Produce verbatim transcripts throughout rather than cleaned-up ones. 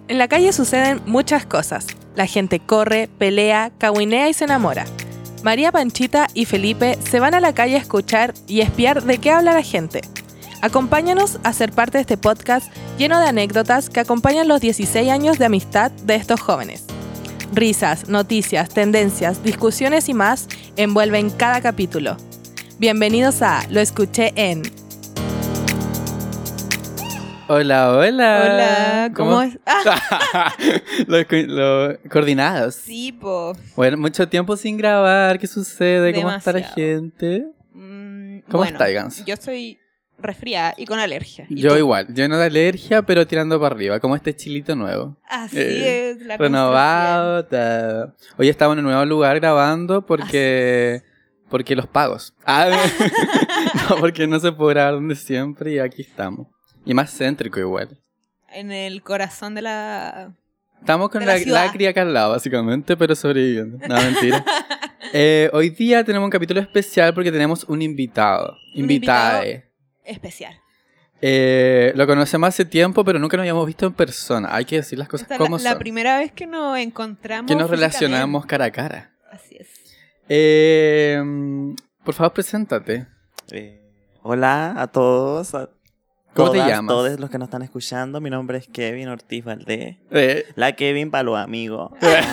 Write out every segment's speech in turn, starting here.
En la calle suceden muchas cosas. La gente corre, pelea, cahuinea y se enamora. María Panchita y Felipe se van a la calle a escuchar y espiar de qué habla la gente. Acompáñanos a ser parte de este podcast lleno de anécdotas que acompañan los dieciséis años de amistad de estos jóvenes. Risas, noticias, tendencias, discusiones y más envuelven cada capítulo. Bienvenidos a Lo Escuché en... Hola, hola. Hola, ¿cómo, ¿Cómo? es? Ah. los, los coordinados. Sí, po. Bueno, mucho tiempo sin grabar. ¿Qué sucede? Demasiado. ¿Cómo está la gente? Mm, ¿Cómo bueno, está, Gans? Yo estoy resfriada y con alergia. ¿Y yo tú? igual. Yo no de alergia, pero tirando para arriba. Como este chilito nuevo. Así eh, es, la renovado. Ta... Hoy estamos en un nuevo lugar grabando porque... Porque los pagos. Ah, no, porque no se puede grabar donde siempre y aquí estamos. Y más céntrico igual. En el corazón de la... Estamos con de la, la, la cría acá al lado, básicamente, pero sobreviviendo. No, mentira. eh, hoy día tenemos un capítulo especial porque tenemos un invitado. Un Invitada. invitado especial. Eh, lo conocemos hace tiempo, pero nunca nos habíamos visto en persona. Hay que decir las cosas Esta como la, son. La primera vez que nos encontramos. Que nos relacionamos cara a cara. Así es. Eh, por favor, preséntate. Eh, hola a todos. A ¿Cómo todas, te llamas? Todos los que nos están escuchando. Mi nombre es Kevin Ortiz Valdés. Eh. La Kevin para los amigos.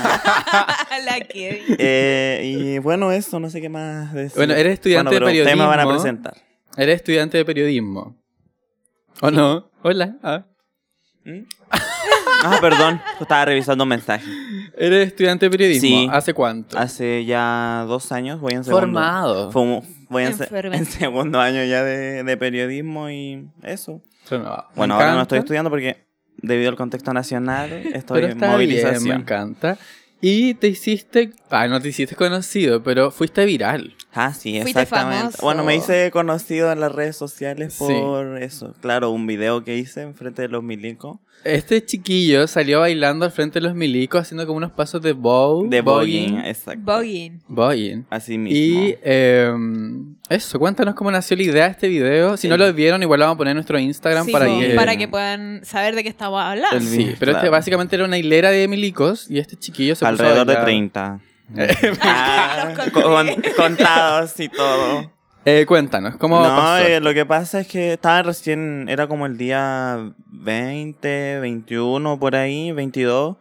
La Kevin. Eh, y bueno, eso, no sé qué más decir. Bueno, eres estudiante bueno, pero de periodismo. ustedes me van a presentar. Eres estudiante de periodismo. ¿O sí. no? Hola. Ah. ¿Mm? Ah, perdón. Estaba revisando un mensaje. ¿Eres estudiante de periodismo? Sí. ¿Hace cuánto? Hace ya dos años. Voy en segundo. Formado. Fum, voy en, se, en segundo año ya de, de periodismo y eso. Formado. Bueno, ahora no estoy estudiando porque debido al contexto nacional estoy en movilización. Bien, me encanta. Y te hiciste... Ah, no te hiciste conocido, pero fuiste viral. Ah, sí, fuiste exactamente. Famoso. Bueno, me hice conocido en las redes sociales por sí. eso. Claro, un video que hice enfrente de los milicos. Este chiquillo salió bailando al frente de los milicos haciendo como unos pasos de bow. De bogging, exacto. Bogging. Bogging. Así mismo. Y eh, eso, cuéntanos cómo nació la idea de este video. Si sí. no lo vieron, igual lo vamos a poner en nuestro Instagram sí, para sí, que... para que puedan saber de qué estamos hablando. Sí, pero claro. este básicamente era una hilera de milicos y este chiquillo se puso alrededor de treinta. ah, con, contados y todo. Eh, cuéntanos, ¿cómo no, pasó? Eh, lo que pasa es que estaba recién, era como el día veinte, veintiuno, por ahí, veintidós.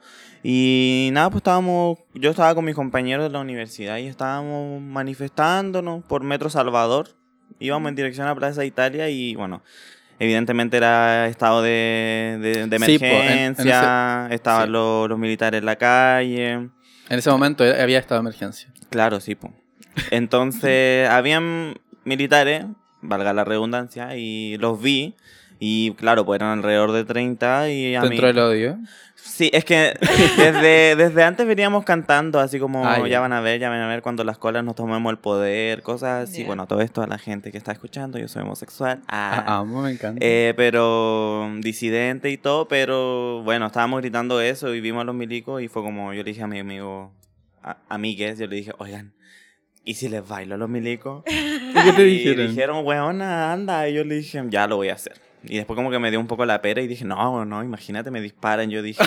Y nada, pues estábamos, yo estaba con mis compañeros de la universidad y estábamos manifestándonos por Metro Salvador. Íbamos en dirección a Plaza Italia y bueno, evidentemente era estado de, de, de emergencia, sí, po, en, en ese, estaban sí. los, los militares en la calle. En ese momento había estado de emergencia. Claro, sí, pues. Entonces, habían militares, valga la redundancia, y los vi, y claro, pues eran alrededor de treinta, y a ¿Te mí... entró el odio? Sí, es que desde, desde antes veníamos cantando, así como, ah, ya yeah. van a ver, ya van a ver cuando las colas nos tomemos el poder, cosas así. Yeah. Bueno, todo esto a la gente que está escuchando, yo soy homosexual. Ah, ah amo, me encanta. Eh, pero disidente y todo, pero bueno, estábamos gritando eso y vimos a los milicos y fue como, yo le dije a mi amigo, a, amigues, yo le dije, oigan, ¿y si les bailo a los milicos? ¿Y qué te dijeron? Y dijeron, weona, anda. Y yo le dije, ya lo voy a hacer. Y después como que me dio un poco la pera y dije, no, no, imagínate, me disparan. Yo dije...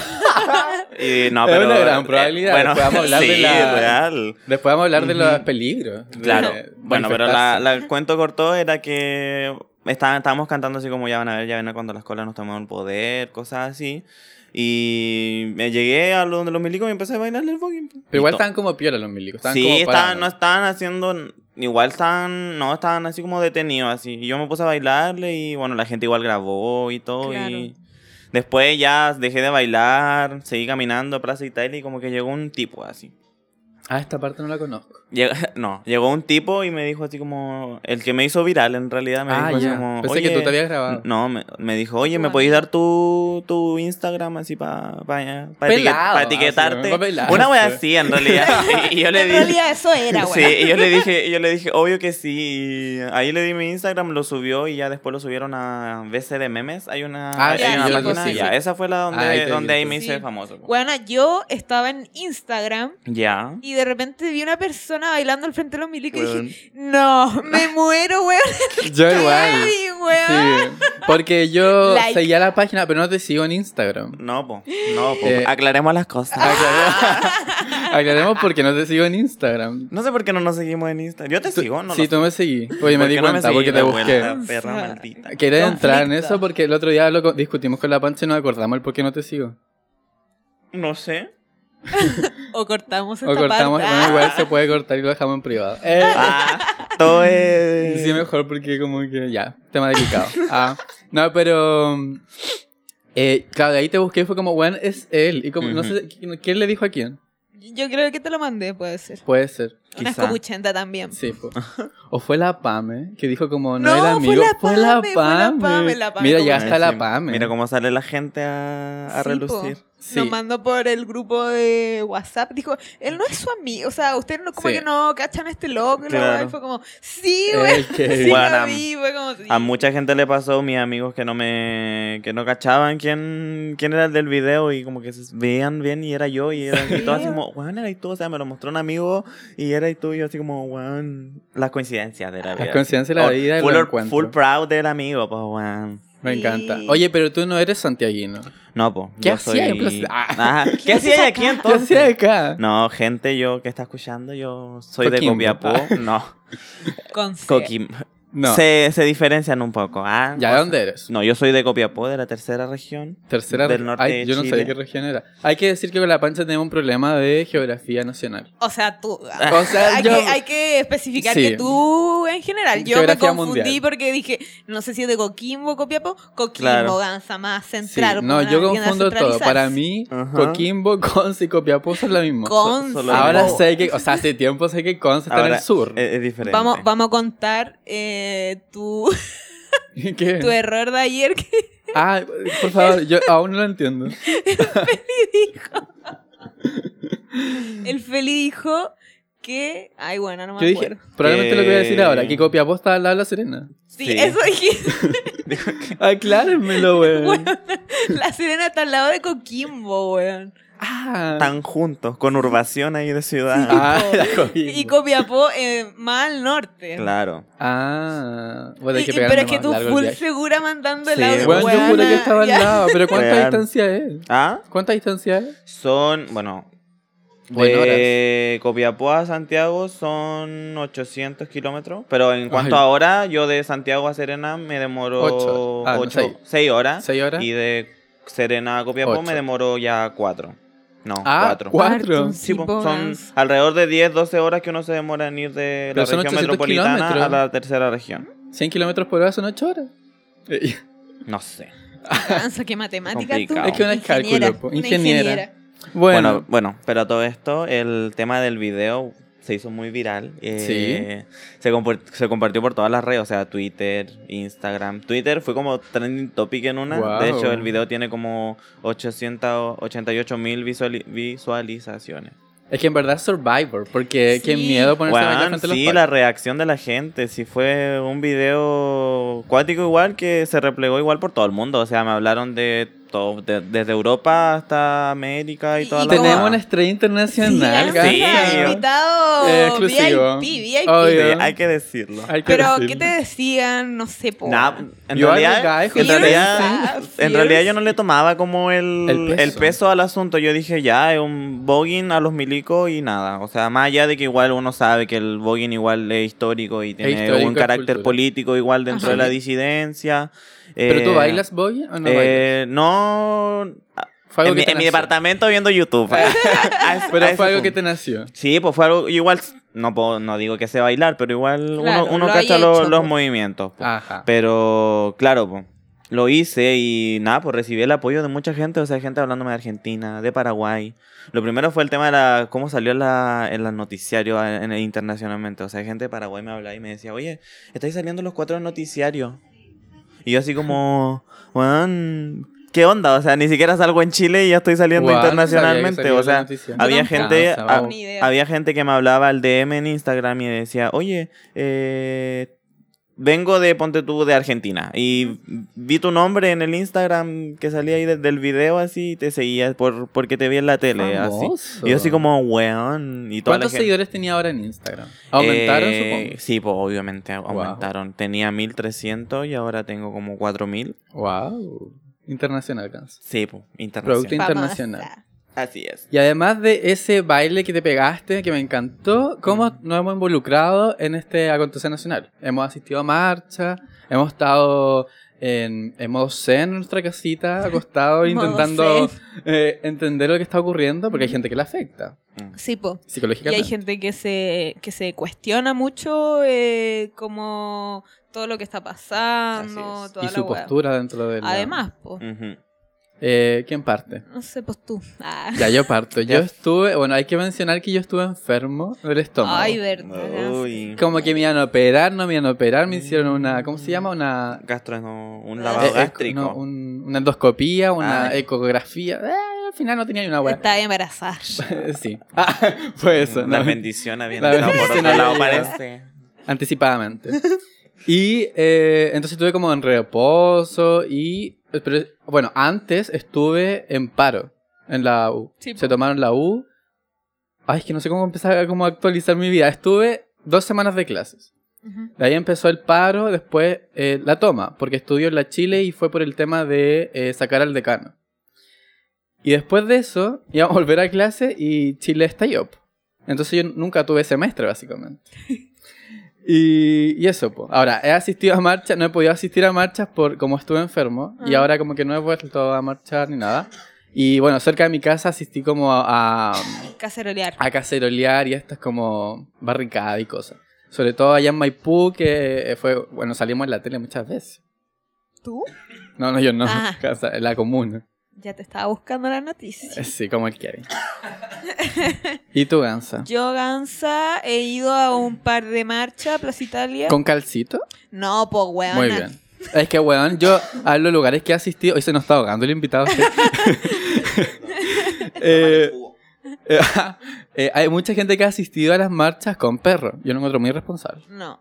y no, pero, es una gran probabilidad. Eh, bueno, después vamos a hablar sí, de la... real. Después vamos a hablar uh-huh. de los peligros. Claro. De bueno, pero la, la, el cuento corto era que estaban, estábamos cantando así como ya van a ver, ya ven a cuando las colas nos toman el poder, cosas así. Y me llegué a donde los milicos y empecé a bailarle el bogging. Pero igual estaban como piola los milicos. Estaban sí, como estaban, no estaban haciendo... Igual estaban... No, estaban así como detenidos, así. Y yo me puse a bailarle y, bueno, la gente igual grabó y todo. Claro. Y después ya dejé de bailar, seguí caminando a Plaza Italia y como que llegó un tipo así. Ah, esta parte no la conozco. Llega, no, llegó un tipo y me dijo así como... El que me hizo viral, en realidad, me ah, dijo ya. así como... Pensé que tú te habías grabado. No, me, me dijo, oye, ¿me podéis dar tu, tu Instagram así para pa, pa etiquet, pa etiquetarte? Así, una wea así, en realidad. y, y yo le en dije, realidad eso era, sí, y yo le dije, y yo le dije, obvio que sí. Y ahí le di mi Instagram, lo subió y ya después lo subieron a B C de Memes. Hay una, ah, hay sí, una sí, página. sí, sí. Ya, esa fue la donde, ah, ahí, donde ahí me sí. hice famoso. Bueno, yo estaba en Instagram. Ya. Y de repente vi una persona bailando al frente de los milicos bueno. y dije, no, me muero, weón. Yo igual. Sí, weón. Sí. Porque yo Like. seguía la página, pero no te sigo en Instagram. No, po. No, po. Eh, Aclaremos las cosas. Aclaremos, aclaremos porque no te sigo en Instagram. No sé por qué no nos seguimos en Instagram. Yo te Tú- sigo, ¿no? sí, lo tú me seguí. Oye, me ¿Por di qué no cuenta seguí porque te de busqué. vuelta, perra maldita. Quería entrar en Conflicto. eso porque el otro día lo co- discutimos con la pancha y nos acordamos el por qué no te sigo. No sé. O cortamos esta O cortamos, parte. bueno, igual se puede cortar y lo dejamos en privado. Eh, Ah, todo es... sí, mejor porque como que ya, tema delicado. Ah, no, pero... Eh, claro, de ahí te busqué y fue como, bueno, es él. Y como, no Ujú. sé, ¿quién quién le dijo a quién? Yo creo que te lo mandé, puede ser. Puede ser. Una Quizá. escopuchenta también. Sí, fue. O fue la Pame, que dijo como, no, No, el fue amigo. la Fue la Pame, fue la Pame. Pame, la Pame Mira, como ya que- está la Sí, Pame. Mira cómo sale la gente a, a Sí, relucir. po. Sí. Nos mandó por el grupo de WhatsApp. Dijo, él no es su amigo. O sea, ustedes no, como Sí. que no cachan a este loco. Y la Claro. weá, y fue como, sí, güey. El que- Sí, Bueno, lo a- vi, fue como, sí. A mucha gente le pasó, mis amigos que no me que no cachaban quién, quién era el del video y como que se veían bien y era yo y eran y todos así como, weón, eras tú, o sea, me lo mostró un amigo y era tú y yo así como, weón, las coincidencias de la vida. Las coincidencias de la Oh, vida y full, los or- encuentros. full proud del amigo, pues, weón. Me Sí. encanta. Oye, pero tú no eres santiaguino. No, pues, ¿Qué yo hacía en soy... Plaza- Ah. Ajá, ¿Qué haces hacía acá? aquí ¿Qué entonces? hacía acá? No, gente, yo que está escuchando, yo soy de Coquimbo. Copiapó. Ah. No, Con C. Coquimbo. No. Se, se diferencian un poco. ¿Ah? ¿Ya O de sea, dónde eres? No, yo soy de Copiapó, de la tercera región. Tercera del región. norte Ay, de yo no Chile. sabía qué región era. Hay que decir que con la pancha tenemos un problema de geografía nacional. O sea, tú. O sea, hay, yo... que, hay que especificar Sí. que tú, en general, yo me Geografía confundí mundial. porque dije, no sé si es de Coquimbo, Copiapó, Coquimbo, Claro. Gansa, más Sí, central. no, como yo una tienda confundo todo. centralizada. Para mí, Ajá. Coquimbo, Conce y Copiapó son lo mismo. Conce. solo- Ahora Oh. sé que, o sea, hace tiempo sé que Conce está en Ahora, el sur. Es, es diferente. Vamos, vamos a contar eh, tu, ¿Qué? tu error de ayer que Ah, por favor, yo aún no lo entiendo. el Feli dijo que... Ay, bueno, no me Yo dije, acuerdo. probablemente lo que voy a decir Que- ahora, que Copiapó está al lado de La Serena. Sí, Sí. eso dijiste. Aclárenmelo, weón. Weón, La Serena está al lado de Coquimbo, weón. Ah, Están juntos, con urbación ahí de ciudad. ah, po. la Coquimbo. Y Copiapó eh, más al norte. Claro. Ah, bueno, hay Y- que y- pegarme pero es que más tú largo el full viaje. segura mandando el Sí, audio. Bueno, yo juré que estaba al ya. lado, pero ¿cuánta Real. distancia es? ¿Ah? ¿Cuánta distancia es? Son, bueno, Bueno, de Copiapó a Santiago son ochocientos kilómetros. Pero en cuanto Ay. a hora, yo de Santiago a Serena me demoro Ocho. Ah, no, ocho- seis. seis horas. ¿Seis horas? Y de Serena a Copiapó Ocho. me demoro ya cuatro. No, Ah, cuatro. cuatro. Harto, Sí, po, po, son Gans. alrededor de diez, doce horas que uno se demora en ir de Pero la son región ochocientos metropolitana kilómetros. a la tercera región. cien kilómetros por hora son ocho horas. Eh, No sé. Cansa, qué matemática tú. Complicado. Es que uno es Ingeniera, cálculo, po. una Ingeniera. Bueno, Bueno, bueno, pero a todo esto, el tema del video se hizo muy viral. eh, se, compor- se compartió por todas las redes, o sea, Twitter, Instagram. Twitter fue como trending topic en una. Wow. De hecho, el video tiene como ochocientos ochenta y ocho mil visuali- visualizaciones. es que en verdad es Survivor, porque qué Sí. miedo ponerse a Weón, frente a los sí, pacos. la reacción de la gente, sí fue un video cuático igual que se replegó igual por todo el mundo. O sea, me hablaron de todo, de- desde Europa hasta América y Y- toda y la Tenemos weá. una estrella internacional, Sí, Gansa. Sí, yo- invitado Eh, exclusivo. V I P, V I P. Obvio. Sí, hay que decirlo. Hay que Pero, decirlo. ¿qué te decían? No sé, po. Nah, en You are the realidad, guy who en says realidad, that. en Fierce. realidad yo no le tomaba como el, El el, peso. peso. al asunto. Yo dije, ya, es un voguing a los milicos y nada. O sea, más allá de que igual uno sabe que el voguing igual es histórico y tiene histórico, un es carácter cultura. político igual dentro Ajá. de la disidencia. ¿Pero tú Eh, bailas, Boy, o no bailas? eh, no... Fue algo En, que mi, te en mi nació. departamento viendo YouTube. A ese- Pero a ese fue algo que punto. te nació. Sí, pues fue algo igual... No, puedo- no digo que sé bailar, pero igual Claro, uno, uno lo cacha hay los, hecho, los po. movimientos. po. Ajá. Pero, claro, po, lo hice y nada, pues recibí el apoyo de mucha gente, o sea, gente hablándome de Argentina, de Paraguay. Lo primero fue el tema de la, cómo salió en, la, en los noticiarios en, en- internacionalmente. O sea, gente de Paraguay me hablaba y me decía, oye, estáis saliendo los cuatro noticiarios. Y yo así como, weón, ¿qué onda? O sea, ni siquiera salgo en Chile y ya estoy saliendo Guau, no sabía que internacionalmente. salía O la sea, noticia. había Yo gente, tampoco. ha- Ni idea. había gente que me hablaba al D M en Instagram y decía, oye, eh, vengo de, ponte tú, de Argentina. Y vi tu nombre en el Instagram que salía ahí desde el video así y te seguía por, porque te vi en la tele. Famoso. Así. Y yo así como, weón. Y toda la ¿Cuántos gente- seguidores tenía ahora en Instagram? ¿Aumentaron, Eh, supongo? Sí, pues obviamente au- Wow. aumentaron. Tenía mil trescientos y ahora tengo como cuatro mil. Wow. Internacional, Gans. Sí, pues, Producto internacional. internacional. Famosa. Así es. Y además de ese baile que te pegaste, que me encantó, ¿cómo Mm. nos hemos involucrado en este acontecer nacional? Hemos asistido a marcha, hemos estado en, en modo zen en nuestra casita, acostados, Modo intentando zen. eh, entender lo que está ocurriendo, porque hay gente que le afecta Mm. Sí, po. Y psicológicamente. hay gente que se, que se cuestiona mucho eh, como todo lo que está pasando, Así es. toda Y la su wea. postura dentro de la... Además, po. Ujú. Eh, ¿Quién parte? No sé, pues tú. Ah. Ya, yo parto. Yo Ya. estuve... Bueno, hay que mencionar que yo estuve enfermo del estómago. Ay, verdad. Uy. Como que me iban a operar, no me iban a operar, me hicieron una... ¿Cómo se llama? Una... Gastro, no, un Eh, lavado eh, gástrico. no, un- una endoscopía, una Ah. ecografía. Eh, al final no tenía ni una hueá. Estaba embarazada. Sí. Ah, fue eso. La ¿no? bendición había La entrado por bendición otro lado, había llegado. parece. Anticipadamente. Y eh, entonces estuve como en reposo y... Pero, bueno, antes estuve en paro en la U. Sí, Se po. tomaron la U. Ay, es que no sé cómo empezar a cómo actualizar mi vida. Estuve dos semanas de clases. Ujú. De ahí empezó el paro, después eh, la toma, porque estudió en la Chile y fue por el tema de eh, sacar al decano. Y después de eso, íbamos a volver a clase y Chile estalló. po. Entonces yo nunca tuve semestre, básicamente. Y, y eso, pues. Ahora, he asistido a marchas, no he podido asistir a marchas por como estuve enfermo. Y Ah. ahora como que no he vuelto a marchar ni nada. Y bueno, cerca de mi casa asistí como a, a, Cacerolear. a cacerolear y estas como barricadas y cosas. Sobre todo allá en Maipú, que fue, bueno, salimos en la tele muchas veces. ¿Tú? No, no, yo no, Ah. casa, en la comuna. Ya te estaba buscando la noticia. Eh, Sí, como el Kevin. ¿Y tú, Gansa? Yo, Gansa, he ido a un par de marchas, Plaza Italia. ¿Con calcito? No, pues, weón. Muy bien. Es que, weón, yo a los lugares que he asistido... Hoy se nos está ahogando el invitado. ¿sí? eh, eh, eh, hay mucha gente que ha asistido a las marchas con perros. Yo lo encuentro muy responsable. No.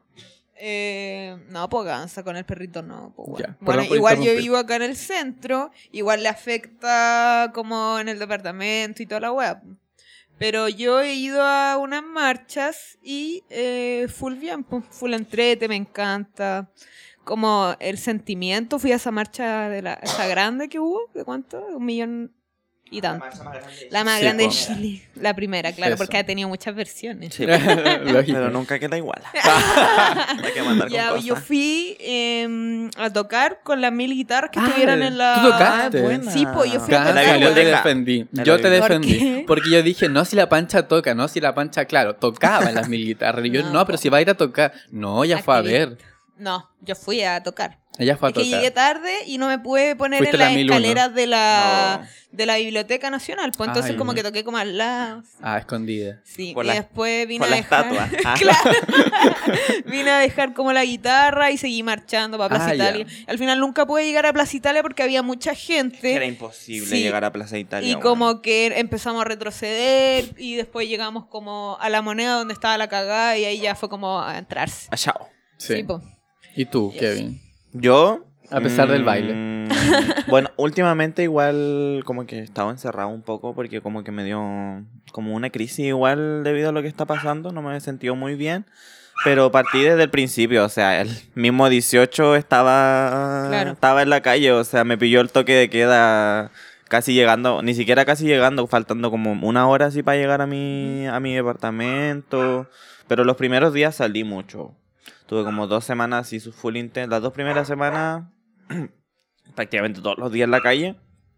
Eh, no, pues Gansa, con el perrito no. Pues, bueno, Ya, perdón bueno por igual yo interrumpir. vivo acá en el centro, igual le afecta como en el departamento y toda la web. Pero yo he ido a unas marchas y eh, full bien, pues, full entrete, me encanta. Como el sentimiento, fui a esa marcha de la esa grande que hubo, ¿de cuánto? Un millón y tanto. La más Sí, grande de po. Chile, la primera, claro, Eso. porque ha tenido muchas versiones. Sí, Lógico. pero nunca queda igual. Hay que mandar Ya, con yo cosas. fui eh, a tocar con las mil guitarras que Ah, estuvieron en la... ¿tú tocaste? Ah, buena. Sí, pues yo fui a Gansa, La tocar. yo te biblioteca. defendí. En la Yo te biblioteca. defendí. ¿Por qué? Porque yo dije, no, si la Pancha toca, no, si la Pancha, claro, tocaba en las mil guitarras. Y yo, No, no, pero po. si va a ir a tocar. No, ella fue a Activista. ver. No, yo fui a tocar. Ella fue a Es que tocar. llegué tarde y no me pude poner Fuiste en la las mil uno. escaleras de la, No. de la Biblioteca Nacional. Pues entonces Ay, como no. que toqué como al lado. Ah, escondida. Sí, Por y la- después vine por a la dejar... estatua. Ah. Claro. Vine a dejar como la guitarra y seguí marchando para Plaza Ah, ya. Italia. Al final nunca pude llegar a Plaza Italia porque había mucha gente. Era imposible Sí. llegar a Plaza Italia. Y weón. como que empezamos a retroceder y después llegamos como a la moneda donde estaba la cagada y ahí ya fue como a entrarse. Ah, chao. Sí. po. ¿Y tú, Yes. Kevin? Yo. A pesar del mm, baile. Bueno, últimamente igual como que estaba encerrado un poco porque como que me dio como una crisis igual debido a lo que está pasando. No me he sentido muy bien. Pero partí desde el principio, o sea, el mismo dieciocho estaba, Claro. estaba en la calle, o sea, me pilló el toque de queda casi llegando, ni siquiera casi llegando, faltando como una hora así para llegar a mi, a mi departamento. Pero los primeros días salí mucho. Tuve como dos semanas así, su full intenso. Las dos primeras semanas, prácticamente todos los días en la calle,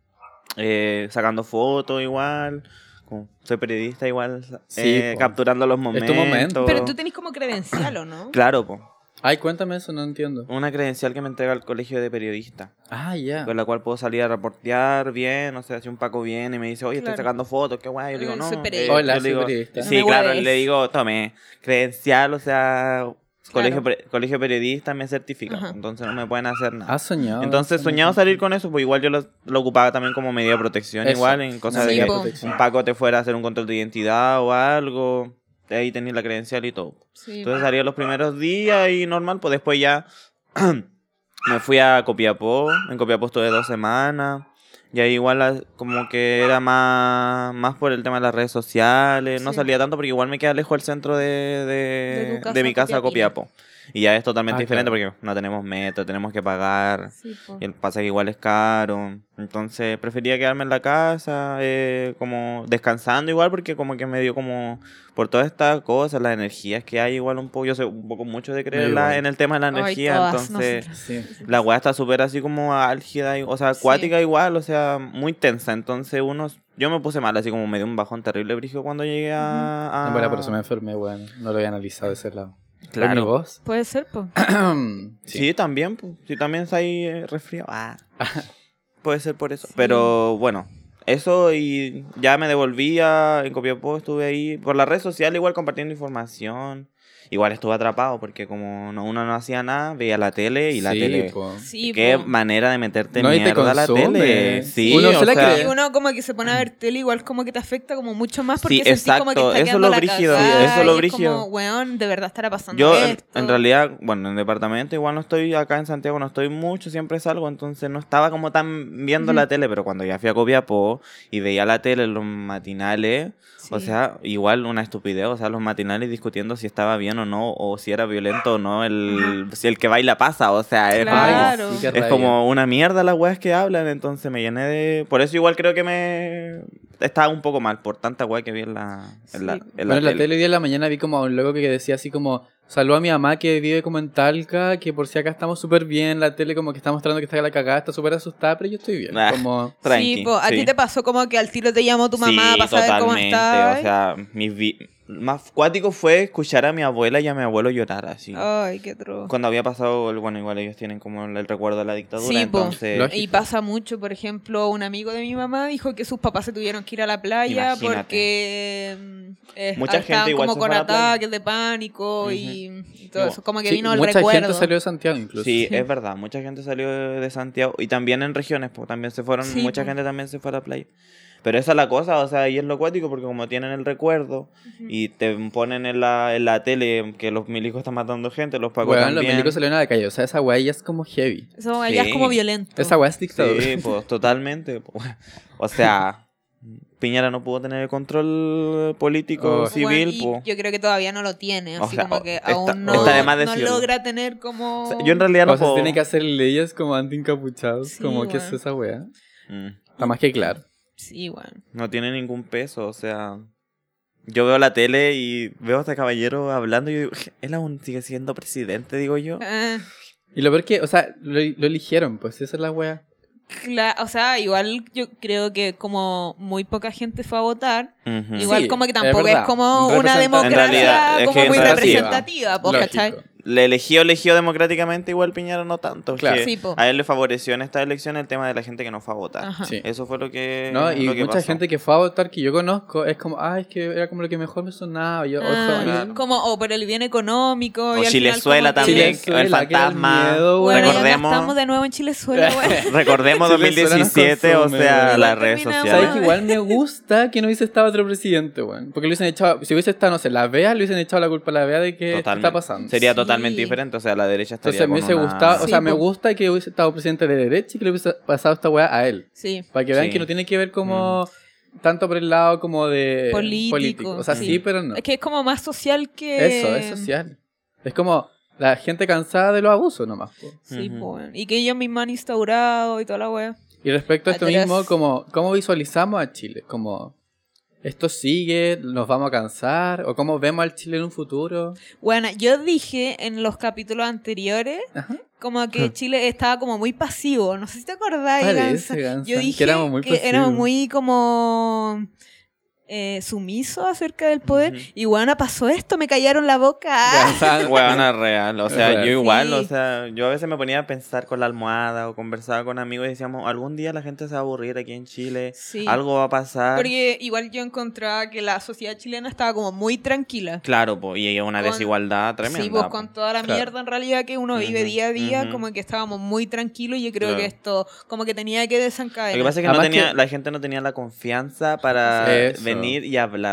eh, sacando fotos igual. Como soy periodista igual, Sí, eh, po. capturando los tu momentos. momento. Pero tú tenés como credencial, ¿o no? Claro, po. Ay, cuéntame eso, no entiendo. Una credencial que me entrega el colegio de periodistas, Ah, ya. con la cual puedo salir a reportear bien, o sea, si un Paco viene y me dice, oye, Claro. estoy sacando fotos, qué guay, yo le digo, Eh, no. soy eh, periodista. Hola, yo le soy digo, periodista. Sí, No me claro, hueves. le digo, tome, credencial, o sea, colegio, Claro. pre- colegio periodista me certifica, Ajá. entonces no me pueden hacer nada. ¿Has soñado? Entonces soñado salir con eso, pues igual yo lo, lo ocupaba también como medida de protección, Eso, igual en cosas Sí, de que po. un Paco te fuera a hacer un control de identidad o algo. ahí tenéis la credencial y todo. Sí. Entonces salía los primeros días y normal, pues después ya me fui a Copiapó. En Copiapó estuve dos semanas. Y ahí igual la- como que era más, más por el tema de las redes sociales. No Sí. salía tanto porque igual me queda lejos el centro de, de, De tu casa de mi casa a copiapina. Copiapó. Y ya es totalmente Ah, diferente claro. porque no tenemos metro, tenemos que pagar. Sí, po. Y el pasaje igual es caro. Entonces prefería quedarme en la casa, eh, como descansando igual, porque como que me dio como por todas estas cosas, las energías que hay igual un poco. Yo soy un poco mucho de creer Me en la- igual. en el tema de la Ay, energía. todas entonces nosotras. Sí. la weá está súper así como álgida, y- o sea, acuática igual, o sea, muy tensa. Entonces uno, yo me puse mal, así como me dio un bajón terrible, brígido, cuando llegué a... a- En verdad, por eso me enfermé, bueno. No lo había analizado de ese lado. Claro. ¿Pero vos? Puede ser, po. Sí, también, pues, sí, también está ahí eh, resfriado. Ah. Puede ser por eso. Pero bueno, eso y ya me devolvía en Copiapó, estuve ahí por las redes sociales igual compartiendo información. Igual estuve atrapado porque como no- uno no hacía nada, veía la tele y la Sí, tele... po. Sí, Qué po. manera de meterte No, y te mierda a la consume. tele. Sí, Uno o se la sea, cree. Y uno como que se pone a ver tele, igual como que te afecta como mucho más porque Sí, sentís como que exacto, está eso quedando lo la brígido, cagada, eso lo y es brígido. como, weón, de verdad estará pasando Yo en, esto. en realidad, bueno, en departamento igual no estoy acá en Santiago, no estoy mucho, siempre salgo, entonces no estaba como tan viendo Ujú. la tele, pero cuando ya fui a Copiapó y veía la tele, los matinales, o Sí. sea, igual una estupidez, o sea, los matinales discutiendo si estaba bien o no, o si era violento o no, el, si el que baila pasa, o sea, es como... Claro. sí, qué Es rabia. como una mierda las weas que hablan, entonces me llené de... Por eso igual creo que me... Estaba un poco mal por tanta wea que vi en la, en la, Sí. en Bueno, la en la tele. tele hoy día en la mañana vi como a un loco que decía así como... Saludó a mi mamá que vive como en Talca, que por si acá estamos súper bien, la tele como que está mostrando que está la cagada, está súper asustada, pero yo estoy bien. Ah. Como... Tranqui, Sí, po, ¿a sí. ti te pasó como que al tiro te llamó tu mamá Sí, para saber cómo totalmente, estaba? o sea, mi vi- más cuático fue escuchar a mi abuela y a mi abuelo llorar así. Ay, qué trozo. Cuando había pasado, el- bueno, igual ellos tienen como el, el recuerdo de la dictadura, Sí, po. entonces... Lógico. Y pasa mucho, por ejemplo, un amigo de mi mamá dijo que sus papás se tuvieron que ir a la playa Imagínate. porque mm, eh, Mucha estaban gente igual como se con fue a la playa. ataques de pánico y, y todo Igual. eso, como que Sí, vino el mucha recuerdo. gente salió de Santiago incluso. Sí, Sí. es verdad, mucha gente salió de de Santiago y también en regiones, pues también se fueron, Sí, mucha po. gente también se fue a la playa. Pero esa es la cosa, o sea, y es lo cuático porque como tienen el recuerdo Ujú. y te ponen en la, en la tele que los milicos están matando gente, los pagos Weón, los también. milicos salieron a la calle, o sea, esa weá ya es como heavy. Eso allá Sí. es como violento. Esa weá es dictadura. Sí, pues totalmente. po. O sea, Piñera no pudo tener el control político Oh. civil, Bueno, y pues. yo creo que todavía no lo tiene, O así sea, como que está- aún no, está de más no decirlo. logra tener como... O sea, yo en realidad no O sea, se puedo... tiene que hacer leyes como anti-encapuchados, Sí, como que es weón. esa weá. Mm, Está más que claro. Sí, bueno. no tiene ningún peso, o sea... Yo veo la tele y veo a este caballero hablando y yo digo, él aún sigue siendo presidente, digo yo. Ah, Y lo peor que, o sea, lo, lo eligieron, pues esa es la weá. cla- o sea, igual yo creo que como muy poca gente fue a votar, Ujú. igual Sí, como que es tampoco es, verdad. como una Representa- democracia En realidad, es como que muy en realidad sí. representativa, pues, Lógico. ¿cachai? Le eligió, eligió democráticamente, igual Piñera no tanto. Claro. que Sí, po. a él le favoreció en esta elección el tema de la gente que no fue a votar. Ajá. Sí. Eso fue lo que, No, y lo que mucha pasó. gente que fue a votar que yo conozco es como, ay, es que era como lo que mejor me sonaba. Yo, Ah, ojo, claro. como o por el bien económico O y al Chilezuela final como que- también, Chilezuela, el que era el fantasma. miedo, Bueno, ya recordemos, estamos de nuevo en Chilezuela, güey. recordemos dos mil Chilezuela nos diecisiete, o consume, sea, weón. las Igual redes terminamos. ¿Sabes sociales. que igual me gusta que no hubiese estado otro presidente, weón? Porque le hubiesen echado, si hubiese estado, no sé, la Bea, le hubiesen echado la culpa a la Bea de que esto Totalmente. está pasando. Sería Sí. totalmente diferente, o sea, la derecha estaría Entonces me con hubiese una- gustado, o Sí, sea, me po. gusta que hubiese estado presidente de derecha y que le hubiese pasado esta weá a él. Sí. Para que vean Sí. que no tiene que ver como tanto por el lado como de Político, O sea, sí. sí, pero no. Es que es como más social que... Eso, es social. Es como la gente cansada de los abusos nomás. Po. Sí, Ujú. pues. Y que ellos mismos han instaurado y toda la wea. Y respecto a esto Atrás. mismo, como ¿cómo visualizamos a Chile? Como ¿esto sigue? ¿Nos vamos a cansar? ¿O cómo vemos al Chile en un futuro? Bueno, yo dije en los capítulos anteriores Ajá. como que Chile estaba como muy pasivo. No sé si te acordáis, Parece, Gansa. Gansa, Yo que dije éramos muy que éramos pasivos. muy como eh, sumisos acerca del poder. Ujú. Y bueno, pasó esto, me callaron la boca. Gansa- Huevona real, o sea, Real. yo igual, Sí. o sea, yo a veces me ponía a pensar con la almohada o conversaba con amigos y decíamos, algún día la gente se va a aburrir aquí en Chile, Sí. algo va a pasar. Porque igual yo encontraba que la sociedad chilena estaba como muy tranquila. Claro, pues, y hay una Con- desigualdad tremenda. Sí, pues po. con toda la Claro. mierda en realidad que uno vive Ujú, día a día, ujú. como que estábamos muy tranquilos y yo creo Claro. que esto como que tenía que desencadenar. Lo que pasa es que, no Además tenía, que- la gente no tenía la confianza para Eso. venir y hablar.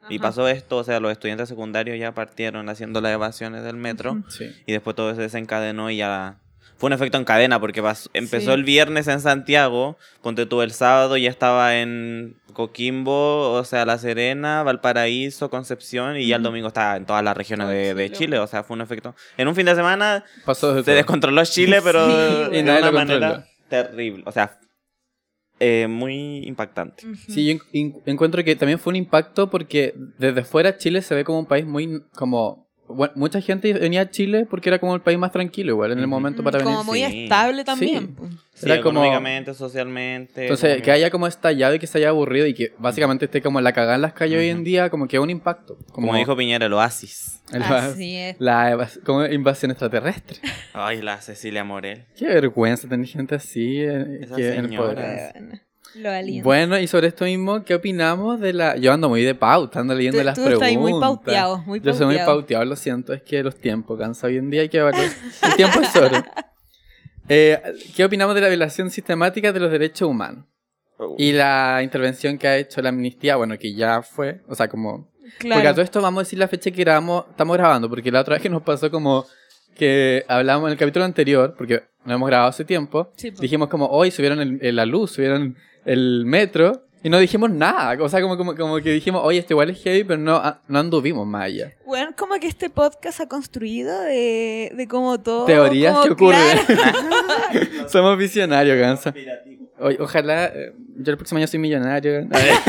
Y Ajá. pasó esto, o sea, los estudiantes secundarios ya partieron haciendo las evasiones del metro. Ujú. Sí. Y después todo se desencadenó y ya... Fue un efecto en cadena porque pasó- empezó Sí. el viernes en Santiago, ponte tú el sábado ya estaba en Coquimbo, o sea, La Serena, Valparaíso, Concepción y ya el Ujú. domingo estaba en todas las regiones Todo de, de Chile, Chile, o sea, fue un efecto... En un fin de semana Pasó de se todo. descontroló Chile, pero Sí, de güey. Y nadie una lo manera controló. terrible, o sea, eh, muy impactante. Ujú. Sí, yo en- en- encuentro que también fue un impacto porque desde fuera Chile se ve como un país muy como... Bueno, mucha gente venía a Chile porque era como el país más tranquilo igual en el Ujú. momento Mm, para venir. como muy sí. estable también. Sí. pues. Sí, Era como- económicamente, socialmente. Entonces, que económica- haya como estallado y que se haya aburrido y que básicamente esté como la cagada en las calles hoy en Ujú. día, como que es un impacto. Como, Como dijo Piñera, el oasis. el- Así es. la evas- como invasión extraterrestre. Ay, la Cecilia Morel. Qué vergüenza tener gente así eh, Esa que en el señora. poder. Bueno, lo aliento. Bueno, y sobre esto mismo, ¿qué opinamos de la...? Yo ando muy de pauta, ando leyendo Tú- las tú preguntas. estás muy pauteado, muy Yo soy muy pauteado. pauteado, lo siento, es que los tiempos cansa hoy en día, hay que evaluar. El tiempo es oro. Eh, ¿Qué opinamos de la violación sistemática de los derechos humanos? Y la intervención que ha hecho la amnistía, bueno, que ya fue, o sea, como... Claro. Porque a todo esto vamos a decir la fecha que grabamos, estamos grabando, porque la otra vez que nos pasó como que hablamos en el capítulo anterior, porque no hemos grabado hace tiempo, Sí, po. dijimos como, hoy subieron el, el- la luz, subieron el metro, y no dijimos nada, o sea, como, como, como que dijimos, oye, esto igual es heavy, pero no, ah, no anduvimos más allá. Bueno, como que este podcast ha construido de, de como todo. Teorías como que ocurren. claro. Somos visionarios, Gansa. Oye, ojalá, eh, yo el próximo año soy millonario. A ver,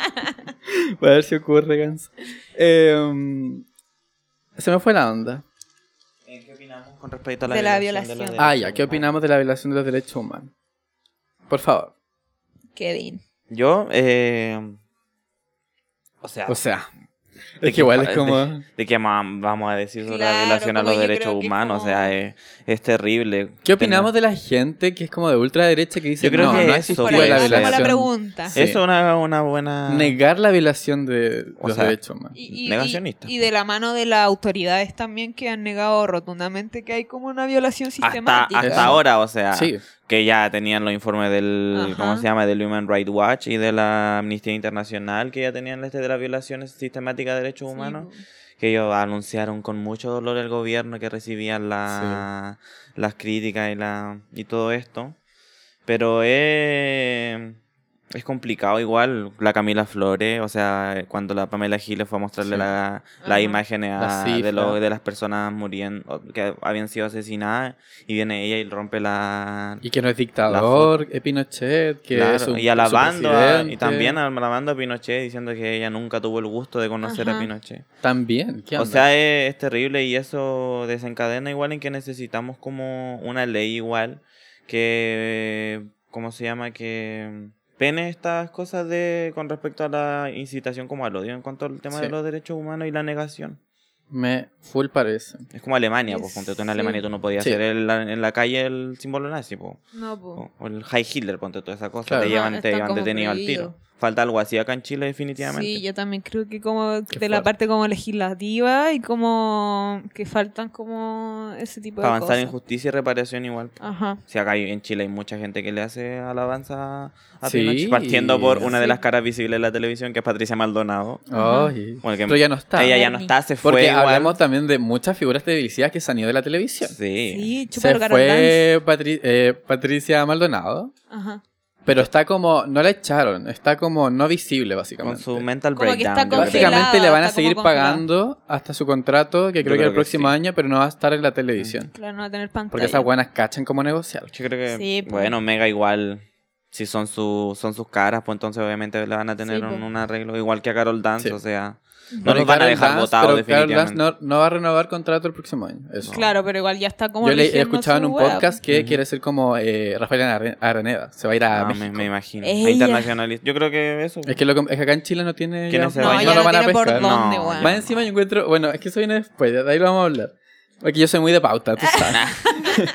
a ver si ocurre, Gansa. Eh, se me fue la onda. ¿En qué opinamos con respecto a la De la violación? de los violación. Ah, derechos ya, ¿qué humanos? opinamos de la violación de los derechos humanos? Por favor. Kevin. Yo, eh... O sea, O sea, ¿de es que qué igual pa- es como... ¿de, de qué ma- vamos a decir sobre la Claro, violación a como los yo derechos creo que es humanos? como- O sea, es, es terrible. ¿Qué opinamos de la gente que es como de ultraderecha que dice Yo creo no, que no eso existió Por puede ahí la va ser. como la violación? pregunta. Sí. Eso es una, una buena... Negar la violación de O los sea, derechos humanos. Y, y- Negacionista. Y, y de la mano de las autoridades también que han negado rotundamente que hay como una violación Hasta, sistemática. hasta Eso. ahora, o sea, Sí, que ya tenían los informes del, Ajá. ¿cómo se llama? Del Human Rights Watch y de la Amnistía Internacional, que ya tenían este de las violaciones sistemáticas de derechos Sí, humanos, po. que ellos anunciaron con mucho dolor el gobierno que recibían la, las críticas y, la, y todo esto. Pero es, es complicado igual, la Camila Flores, o sea, cuando la Pamela Giles fue a mostrarle Sí. la, las Ajá. imágenes a- Las de, cifras. lo- de las personas muriendo, que habían sido asesinadas, y viene ella y rompe la... y que no es dictador, es Pinochet, que Claro, es su, y alabando su a- y presidente. también alabando a Pinochet, diciendo que ella nunca tuvo el gusto de conocer a Ajá. Pinochet. También, ¿qué O onda? sea, es, es terrible y eso desencadena igual en que necesitamos como una ley igual que, ¿cómo se llama? Que pene estas cosas de con respecto a la incitación como al odio en cuanto al tema Sí. de los derechos humanos y la negación. Me full parece. Es como Alemania, pues, Es- ponte tú en sí. Alemania tú no podías Sí. hacer el- en la calle el símbolo nazi, po. No, po. O, o el High Hitler, ponte toda esa cosa, Claro. te Ajá, llevan, te está llevan como detenido al prohibido. tiro. Falta algo así acá en Chile definitivamente. Sí, yo también creo que como Qué de la fuerte. parte como legislativa y como que faltan como ese tipo Para de avanzar cosas. en justicia y reparación igual. Ajá. Si acá hay- en Chile hay mucha gente que le hace alabanza a Sí, Pinochet, partiendo por una de sí. las caras visibles de la televisión, que es Patricia Maldonado. Ajá. Ay, Bueno, que pero ya no está. Ella ya no Bernie. está, se fue Porque igual. hablamos también de muchas figuras televisivas que se han ido de la televisión. Sí. Sí, Se chúpalo, Carol Dance. fue Patri- eh, Patricia Maldonado, Ajá. pero está como, no la echaron, está como no visible Con básicamente. su mental Como que breakdown. está yo creo. congelada. Básicamente le van a está como seguir congelada. pagando hasta su contrato, que creo que creo el que próximo sí. año, pero no va a estar en la televisión. Claro, no va a tener pantalla. Porque esas buenas cachan cómo negociar. Yo creo que, Sí, pues. bueno, Mega igual, si son, su, son sus caras, pues entonces obviamente le van a tener Sí, un, pues. un arreglo, igual que a Carol Dance, Sí. o sea, Ujú. no los van a Carol dejar Dance, votados pero Carol Dance definitivamente. no, no va a renovar contrato el próximo año. Eso. Claro, pero igual ya está como Yo le he rigiendo escuchado en su un wea. podcast que Ujú. quiere ser como eh, Rafael Arre- Araneda. Se va a ir a Ah, me, México. me imagino. Ella. A internacionalista. Yo creo que eso. Es que, lo, es que acá en Chile no tiene... ¿Quién ya- es ese no, No, baño? ya lo no van a tiene por pescar. dónde, No. weón. Más encima yo encuentro... Bueno, es que eso viene después, de ahí lo vamos a hablar. Porque yo soy muy de pauta, tú sabes.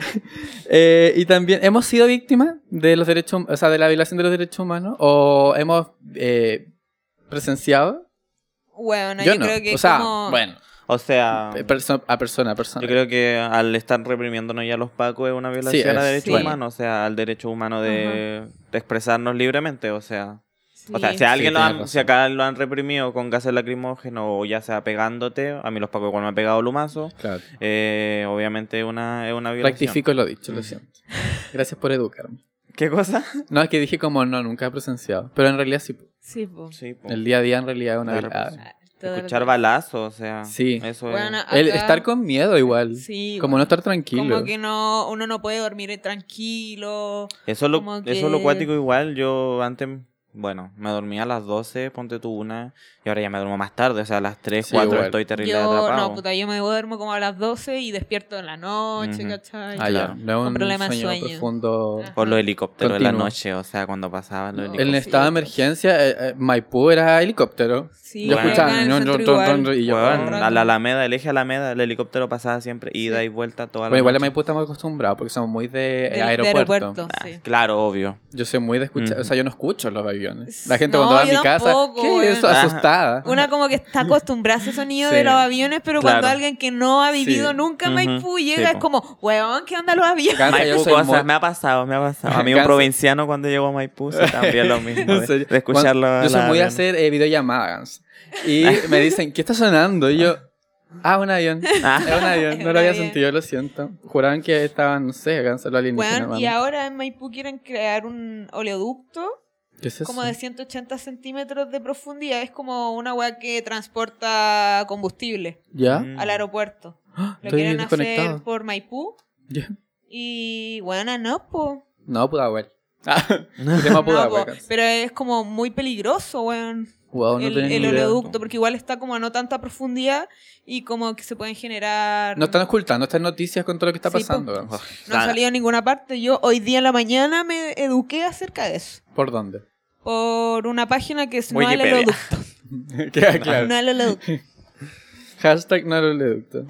Eh, y también, ¿hemos sido víctimas de los derechos, o sea, de la violación de los derechos humanos? ¿O hemos eh, presenciado? Bueno, yo yo no. creo que o sea, como... bueno, O sea, eh, perso- a persona a persona. yo creo que al estar reprimiéndonos ya los pacos es una violación Sí, a es- derechos sí. humanos, o sea, al derecho humano de, de expresarnos libremente, o sea, Sí. O sea, si a alguien Sí, lo tienes han, razón. si acá lo han reprimido con gases lacrimógenos o ya sea pegándote, a mí los pacos igual me han pegado lumazo, Claro. eh, obviamente es una, es una violación. Rectifico lo dicho, lo Mm. siento. Gracias por educarme. ¿Qué cosa? No, es que dije como no, nunca he presenciado. Pero en realidad sí. Sí, po. Sí, po. El día a día en realidad es una... Claro, ah, pues. Ah, todo Escuchar el- balazos, o sea, Sí. eso Bueno, es... el acá- estar con miedo igual. Sí, como bueno, no estar tranquilo. Como que no, uno no puede dormir tranquilo. Eso es lo, como eso es lo que- cuático igual, yo antes, bueno, me dormía a las doce, ponte tú una, y ahora ya me duermo más tarde, o sea, a las tres, Sí, cuatro igual. estoy terrible Yo, atrapado. no, puta, yo me duermo como a las doce y despierto en la noche, Ujú. ¿cachai? Ah, Claro. ya. No es Con un problema de sueño, sueño. profundo. Ah. Por los helicópteros en la Continuo. noche, o sea, cuando pasaban los No. En helicópteros. el estado de emergencia, eh, eh, Maipú era helicóptero. Sí, Yo Bueno. escuchaba, acá en el no, centro no, no, igual. no, y yo, Weón, oh. rato. a la Alameda, el eje Alameda, el helicóptero pasaba siempre, ida Sí. y vuelta toda la Bueno, igual a noche. Maipú estamos acostumbrados porque somos muy de, eh, Del- de aeropuerto. aeropuerto, Ah, sí. claro, obvio. Yo soy muy de escuchar, Ujú. o sea, yo no escucho los aviones. La gente No, cuando va a yo mi casa, tampoco, ¿qué es eso? weón. Asustada. Una como que está acostumbrada a ese sonido Sí. de los aviones, pero Claro. cuando alguien que no ha vivido Sí. nunca en Ujú. Maipú Sí, llega, po. es como, weón, ¿qué onda los aviones? Cansa, yo Maipú, soy cosas, muy- me ha pasado, me ha pasado. A mí un Cansa. provinciano cuando llegó a Maipú se también lo mismo, En de, serio. de escucharlo. Cuando- a Yo soy la muy de avión. hacer eh, videollamadas. Y me dicen, ¿qué está sonando? Y yo, ah, un avión. Ah. Es un avión. Es No un lo había avión. sentido, lo siento. Juraban que estaban, no sé, canceló alienígenas. Weón, y vamos. ahora en Maipú quieren crear un oleoducto ¿Qué es eso? como de ciento ochenta centímetros de profundidad. Es como una weá que transporta combustible ¿Ya? Mm. al aeropuerto. ¡Ah! Lo Estoy quieren hacer desconectado. por Maipú. ¿Ya? Y bueno, no, po. No, Pudahuel. Ah, se llama No, Pudahuel. po. Pero es como muy peligroso, weón. Wow, no el tenía el ni idea. oleoducto, porque igual está como a no tanta profundidad y como que se pueden generar... No están ocultando estas noticias con todo lo que está Sí, po. pasando. Ugh, No ha salido en ninguna parte. Yo hoy día en la mañana me eduqué acerca de eso. ¿Por dónde? Por una página que es no al Wikipedia. oleoducto. Queda claro. No al oleoducto. Hashtag no lo oleoducto.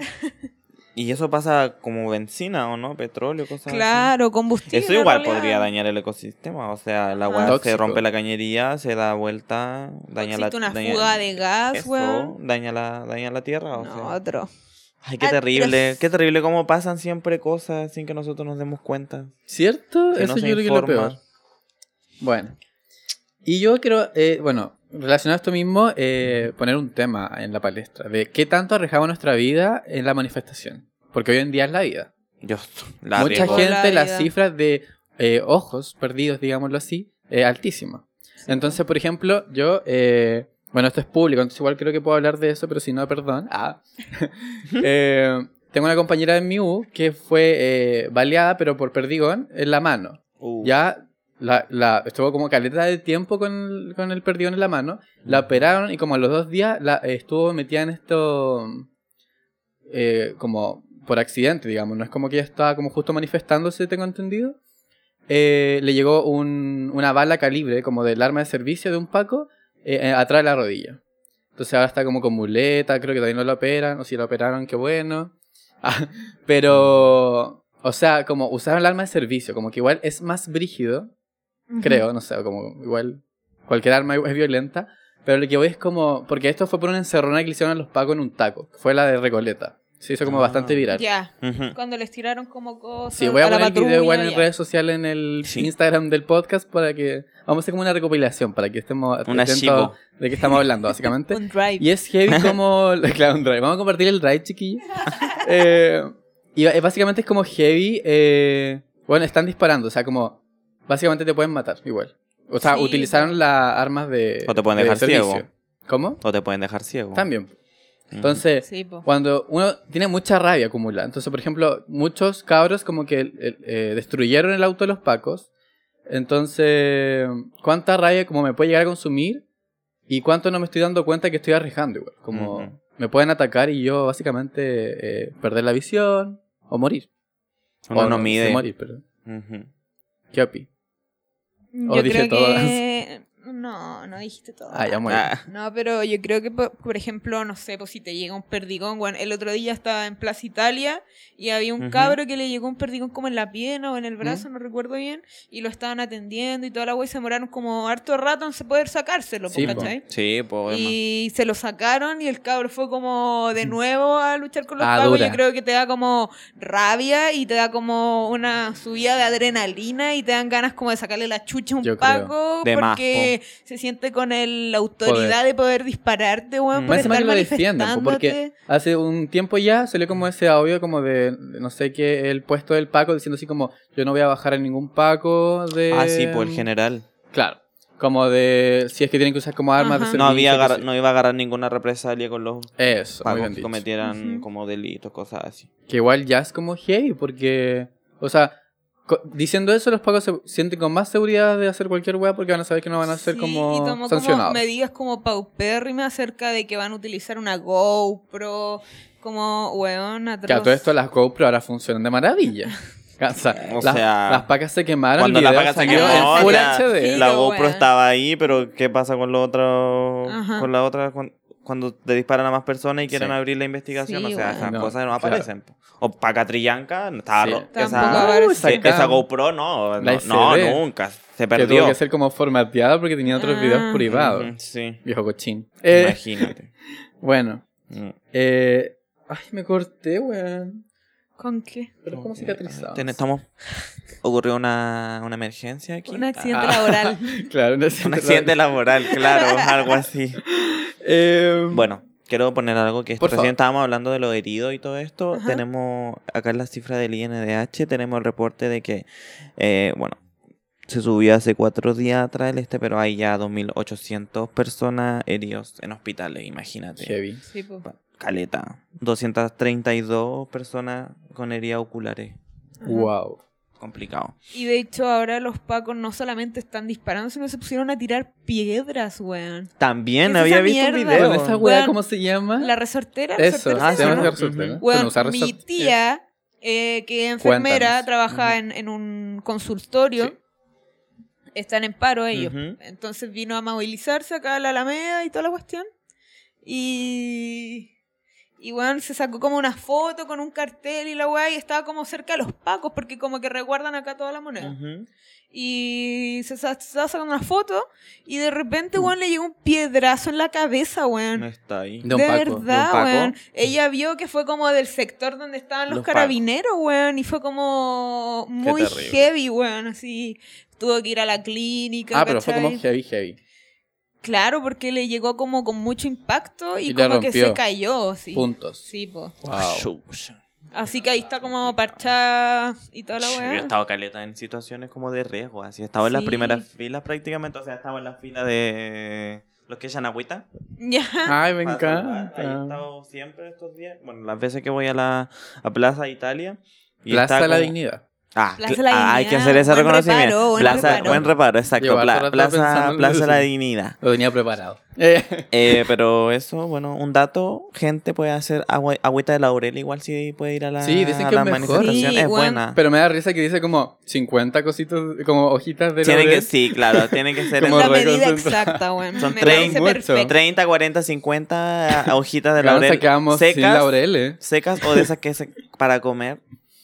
Y eso pasa como benzina o no, petróleo, cosas así. Claro, combustible. Eso igual en realidad. podría dañar el ecosistema, o sea, la agua se Tóxico. rompe la cañería, se da vuelta, daña la Existe una daña- fuga de gas, eso, weón. daña la daña la tierra, o No, sea. otro. Ay, qué Ah, terrible, pero- qué terrible cómo pasan siempre cosas sin que nosotros nos demos cuenta. ¿Cierto? Si Eso no se yo creo que es lo informa. peor. Bueno. Y yo quiero, eh, bueno, relacionado a esto mismo, eh, poner un tema en la palestra de qué tanto arriesgamos nuestra vida en la manifestación. Porque hoy en día es la vida. Yo la Mucha arriesgo. La gente, vida. las cifras de eh, ojos perdidos, digámoslo así, es altísima. Entonces, por ejemplo, yo, eh, bueno, esto es público, entonces igual creo que puedo hablar de eso, pero si no, perdón. Ah. Eh, tengo una compañera en mi U que fue eh, baleada, pero por perdigón, en la mano. Uh, Ya la, la, estuvo como caleta de tiempo con el, con el perdigón en la mano. La operaron y como a los dos días la, eh, estuvo metida en esto eh, como por accidente, digamos. No es como que ella estaba como justo manifestándose, tengo entendido. Eh, le llegó un, una bala calibre como del arma de servicio de un Paco eh, eh, atrás de la rodilla. Entonces ahora está como con muleta, creo que todavía no la operan, o si la operaron, qué bueno. Ah, pero, o sea, como usaron el arma de servicio, como que igual es más brígido, creo, no sé, como igual cualquier arma es violenta, pero lo que voy es como, porque esto fue por una encerrona que le hicieron a los Pacos en un taco, fue la de Recoleta, se hizo como Ah. bastante viral. Ya. ujú. Cuando les tiraron como cosas. Sí, voy a la poner el video patrulla, igual en ya. redes sociales en el Sí. Instagram del podcast para que, vamos a hacer como una recopilación para que estemos Un archivo. atentos de qué estamos hablando, básicamente. Un drive. Y es heavy como... Claro, un drive. Vamos a compartir el drive, chiquillos. Eh, y ba- básicamente es como heavy. eh, bueno, están disparando. O sea, como... Básicamente te pueden matar, igual. O sea, Sí, utilizaron po. las armas de... O te pueden de dejar servicio. ciego. ¿Cómo? O te pueden dejar ciego. También. Ujú. Entonces... Sí, po. Cuando uno tiene mucha rabia acumulada. Entonces, por ejemplo, muchos cabros como que eh, eh, destruyeron el auto de los Pacos. Entonces, ¿cuánta rabia como me puede llegar a consumir? Y cuánto no me estoy dando cuenta que estoy arriesgando igual. Como Ujú. me pueden atacar y yo básicamente eh, perder la visión o morir. Uno O no sé mide. morir, pero... Ujú. ¿Qué opi? Yo O dije creo que... No, no dijiste todo. Ah, ya muere. Ah, No, pero yo creo que, por, por ejemplo, no sé, pues si te llega un perdigón, bueno, el otro día estaba en Plaza Italia y había un Ujú. cabro que le llegó un perdigón como en la pierna o en el brazo, ¿Mm? no recuerdo bien, y lo estaban atendiendo y toda la wey se demoraron como harto rato en poder sacárselo, Sí, po, po. ¿cachai? sí, pues. Y se lo sacaron y el cabro fue como de nuevo a luchar con los Ah, pacos. dura. Yo creo que te da como rabia y te da como una subida de adrenalina y te dan ganas como de sacarle la chucha a un Yo creo. paco De más, porque se siente con el, la autoridad Poder. de poder dispararte, weón, Mm. por Más encima estar que lo defienden, po, porque manifestándote. hace un tiempo ya salió como ese audio como de, de no sé qué, el puesto del Paco diciendo así como, yo no voy a bajar a ningún Paco de... Ah, sí, por el general. Claro, como de, si es que tienen que usar como armas Ajá. de No, servicio. había que agar- sí. no iba a agarrar ninguna represalia con los Eso, muy pagos bien que dicho. cometieran Ujú. como delitos, cosas así. Que igual ya es como heavy, porque, o sea, co- diciendo eso, los pagos se sienten con más seguridad de hacer cualquier weá porque van a saber que no van a ser Sí, como y tomó sancionados. como medidas como paupérrimas acerca de que van a utilizar una GoPro, como, weón, atroz. Que a todo esto las GoPro ahora funcionan de maravilla. O sea, O las, sea, las pacas se quemaron, Cuando el la video paga se salió quemó, en Full ya, H D. Sí, la pero GoPro bueno. estaba ahí, pero ¿qué pasa con lo otro? Ajá. Con la otra cuan- cuando te disparan a más personas y quieren Sí. abrir la investigación? Sí, o sea, bueno. esas No, cosas no claro. aparecen. po. O para Catrillanca, estaba Sí. ro- Tampoco esa, aparece. que- esa GoPro no, La no, S D. no, nunca, se Que perdió. tuvo que ser como formateada porque tenía otros Ah. videos privados. Ujú, sí, Viejo cochín. Eh, imagínate. bueno, Mm. eh, ay, me corté, weón. ¿Con qué? Pero es como cicatrizado. Ten- Estamos... Ocurrió una, una emergencia aquí. Un accidente Ah. laboral. Claro, un Un accidente. accidente laboral, claro, algo así. Eh, Bueno, quiero poner algo que Por recién favor. estábamos hablando de los heridos y todo esto. Ajá. Tenemos acá en la cifra del I N D H, tenemos el reporte de que, eh, bueno, se subió hace cuatro días atrás el este, pero hay ya dos mil ochocientas personas heridos en hospitales, imagínate. heavy. Sí, po. Caleta. doscientas treinta y dos personas con heridas oculares. Ajá. Wow. Complicado. Y de hecho ahora los pacos no solamente están disparando, sino se pusieron a tirar piedras, weón. También ¿Qué es había esa visto un mierda? video. ¿Con esa weá Weón, cómo se llama? La resortera, Eso, resortera, ah, se llama ¿no? resortera. Ujú. Bueno, Weón, usar mi resort- tía, eh, que es enfermera, Cuéntanos. trabaja en, en un consultorio. Sí. Están en paro ellos. Ujú. Entonces vino a movilizarse acá a la Alameda y toda la cuestión. Y... Y bueno, se sacó como una foto con un cartel y la weá, y estaba como cerca de los pacos, porque como que resguardan acá toda la moneda. Ujú. Y se, sa- se estaba sacando una foto, y de repente, weón, le llegó un piedrazo en la cabeza, weón. No está ahí. De un de Paco. verdad, ¿De un Paco? weón. Ella vio que fue como del sector donde estaban los, Los carabineros, weón, y fue como muy terrible. heavy, weón, así. Tuvo que ir a la clínica, Ah, pero fue ¿cachai? como heavy, heavy. Claro, porque le llegó como con mucho impacto y, Y le como que rompió. se cayó, sí. Puntos. Sí, po. Wow. Chucha. Así que ahí está como parchada y toda la Yo he weá. estado caleta en situaciones como de riesgo, así he estado en las Sí. primeras filas prácticamente, o sea, estaba en la fila de los que echan agüita. Ya. Ay, me para salvar. Ahí he encanta. estado siempre estos días, bueno, las veces que voy a la a Plaza Italia. y Plaza está de la como- Dignidad. Ah, Plaza cl- de la ah, hay que Dignidad. hacer ese Buen reconocimiento. reparo, buen Plaza, reparo. buen reparo, exacto. Yo Pla- harto rato pensando Plaza, en Plaza de la eso. Dignidad. Lo tenía preparado. Eh, Eh, pero eso, bueno, un dato, gente puede hacer agua, agüita de laurel, igual si puede ir a la, Sí, dicen a que la es mejor. manifestación, Sí, es igual. buena. pero me da risa que dice como cincuenta cositos, como hojitas de Tienen que, laurel. sí, claro, tienen que ser Como La en- re- medida reconcentrado. exacta, weón. Son Me treinta, parece perfecto. treinta, cuarenta, cincuenta hojitas de Claro, laurel sacamos sin secas, laureles. secas o de esas que se, para comer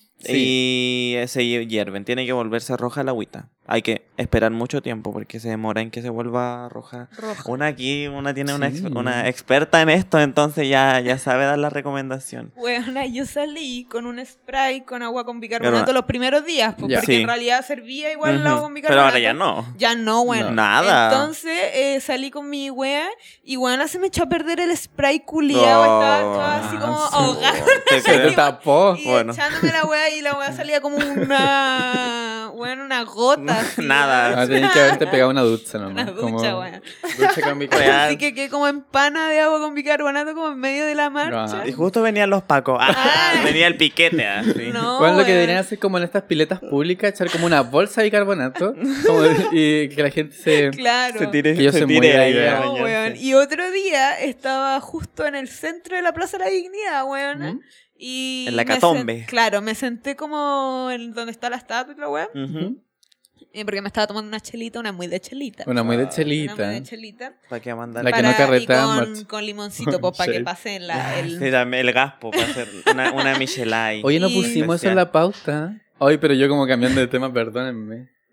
Sí. y se hierven. Tiene que volverse roja la agüita. Hay que esperar mucho tiempo porque se demora en que se vuelva roja. Roja. Una aquí, una tiene una, Sí. ex- una experta en esto, entonces ya, ya sabe dar la recomendación. Weona, yo salí con un spray con agua con bicarbonato Pero- los primeros días, pues, Ya. porque Sí. en realidad servía igual el Ujú. agua con Pero bicarbonato. ahora ya no. Ya no, bueno. No. Nada. Entonces eh, salí con mi wea y weona se me echó a perder el spray culiado. Estaba, estaba así como Ah, sí. ahogada. Te Se te creo. tapó. Y Bueno. echándome la wea y la wea salía como una. Bueno, una gota. así, Nada. Ah, tenías que haberte pegado una ducha nomás. Una ducha, como... weón. Ducha con bicarbonato. Real. Así que quedé como en pana de agua con bicarbonato como en medio de la marcha. Ah. Y justo venían los pacos. Ah, Ah. venía el piquete. Así. No, Bueno, lo que weón. deberían hacer como en estas piletas públicas, echar como una bolsa de bicarbonato como de- y que la gente se... Claro. Se tire, Que yo se soy tire muy de ahí idea. a No, bañarse. weón. Y otro día estaba justo en el centro de la Plaza de la Dignidad, weón. ¿Mm? Y En la me sen- Catombe. Claro, me senté como en donde está la estatua y la weón. Ujú. eh, Porque me estaba tomando una chelita, una muy de chelita. Una muy de Ah, chelita. Una muy de chelita. ¿Para qué mandar? La que no carretea en y marcha. con, con limoncito, pues, para que Shade. pasen la, el... Sí, dame el gaspo para hacer una, una Michelin. Oye, no Y- pusimos eso Especial. en la pauta. Ay, pero yo como cambiando de tema, perdónenme.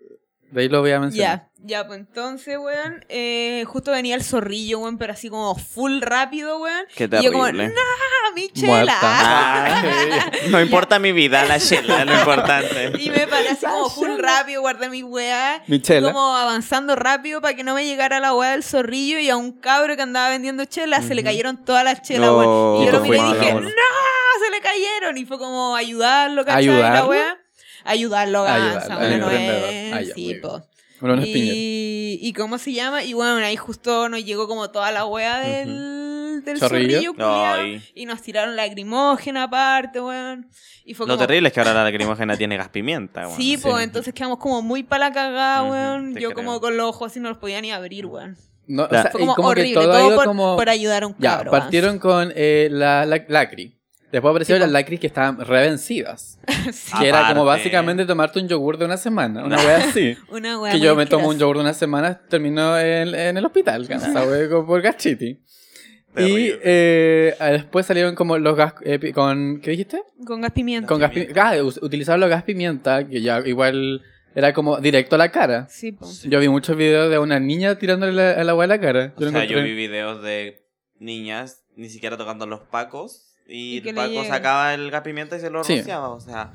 De ahí lo voy a mencionar. Ya, ya, pues entonces, weón, eh, justo venía el zorrillo, weón, pero así como full rápido, weón. Qué Y yo como, terrible. ¡no, mi Muerta. chela! Ah, no importa mi vida, la chela, lo importante. Y me paré así como full rápido, guardé mi weá. Mi chela. Como avanzando rápido para que no me llegara la weá del zorrillo. Y a un cabro que andaba vendiendo chelas se le cayeron todas las chelas, No, weón. Y yo y lo tú miré y fuiste dije, a la ¡no! bola. Se le cayeron. Y fue como ayudarlo, ¿cachai? ¿Ayudarlo? La weá. Ayudarlo, gansa, Ayudarlo, bueno, al no emprendedor. es. Ah, ya, sí, muy bien. po. Uno no es piñero. Y, y cómo se llama, y bueno, ahí justo nos llegó como toda la wea del, del Zorrillo. zorrillo, culiao, Ay. y nos tiraron lacrimógena aparte, weón. Y fue Lo como, terrible es que ahora la lacrimógena tiene gas pimienta, weón. sí, pues Sí. entonces quedamos como muy para la cagada, Ujú, weón. te Yo creo. como con los ojos así no los podía ni abrir, weón. No, o Ya. sea, Fue y como, como horrible, que todo, ha todo ido por, como... por ayudar a un Ya, cabro. partieron con eh, la, la lacri. Después aparecieron Sí, las lacris que estaban revencidas. Sí, Que era como Aparte. básicamente tomarte un yogur de una semana. Una wea así. una wea Que muy yo me tomo un asquerosa. yogur de una semana, termino en, en el hospital, cansado de- con- por gastritis. Y Terrible. eh, después salieron como los gas eh, pi- con ¿qué dijiste? Con gas pimienta. Con gas pimienta. Ah, us- utilizaron los gas pimienta, que ya igual era como directo a la cara. Sí, po. Yo vi muchos videos de una niña tirándole la- el agua a la cara. O lo sea, yo encontré- vi videos de niñas ni siquiera tocando los pacos y, Y que el le paco llegue. sacaba el gas pimienta y se lo Sí. rociaba. O sea,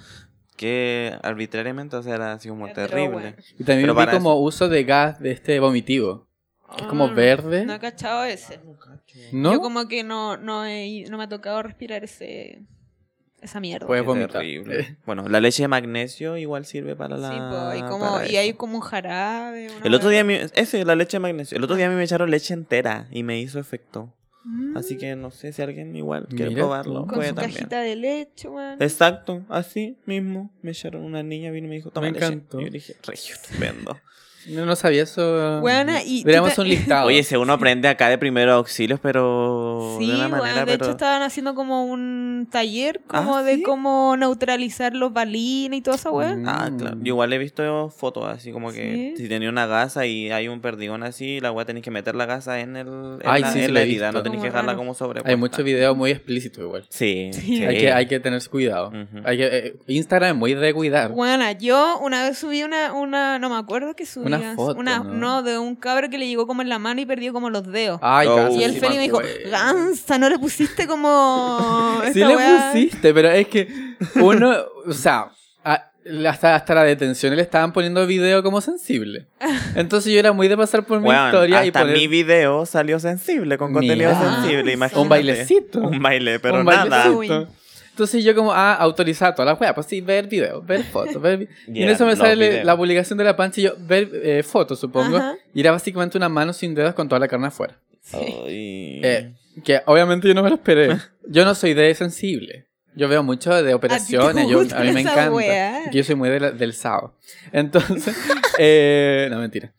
que arbitrariamente, o sea, era así como Ya, pero terrible. bueno. Y también Pero vi para como uso de gas de este vomitivo. Que es como Ah, verde. No he cachado ese. ¿No? Yo como que no, no, he- no me ha tocado respirar ese esa mierda. Puedes Qué vomitar. terrible. Bueno, la leche de magnesio igual sirve para la. Sí, po, y, como, para y hay eso. como un jarabe. una El otro wea- día, mi- ese, la leche de magnesio. El otro día a mí me echaron leche entera y me hizo efecto. Mm, Así que no sé si alguien igual quiere Mira probarlo. tú. con Puede su también. cajita de leche, weón. Exacto, así mismo. Me echaron una niña, vino y me dijo, toma Me leche. encantó. Y yo dije, regio, estupendo. Yo no sabía eso. Weona, y tú Veríamos te- un listado. Oye, si uno aprende acá de primeros auxilios, pero Sí, de una weón, manera, de pero... hecho estaban haciendo como un taller como Ah, de ¿sí? cómo neutralizar los balines y toda esa weá. Mm. Ah, claro. Yo igual he visto fotos así como que Sí. si tenía una gasa y hay un perdigón así, la weá tenéis que meter la gasa en, el, en Ay, la, sí, en sí, la lo he herida, visto. no tenéis que Como dejarla raro. como sobre. Hay muchos videos muy explícitos igual. Sí, Sí. sí. Hay, que, hay que tener cuidado. Ujú. Hay que, eh, Instagram es muy de cuidar. Bueno, yo una vez subí una, una, no me acuerdo qué subí. Una foto, ¿no? ¿no? de un cabro que le llegó como en la mano y perdió como los dedos. Ay, Oh. casi y el sí Feli me dijo, acuerdo. Gansa, no le pusiste como Sí esta le weá?" pusiste, pero es que uno, o sea, a- hasta, hasta la detención le estaban poniendo video como sensible. Entonces yo era muy de pasar por mi Weón, historia y hasta poner mi video salió sensible, con contenido Mira. sensible, imagínate. un bailecito. Un baile, pero un nada. bailecito. Entonces yo como, ah, autorizar todas las weas, pues sí, ver video, ver fotos, ver... vi- y en Yeah, eso me los sale videos. la publicación de la pancha y yo, ver eh, fotos, supongo. Ajá. Y era básicamente una mano sin dedos con toda la carne afuera. Sí. Ay. Eh, que obviamente yo no me lo esperé. Yo no soy de sensible. Yo veo mucho de operaciones. Yo, gusta a mí me esa encanta. wea? Que yo soy muy de la- del sábado. Entonces, eh, no, mentira.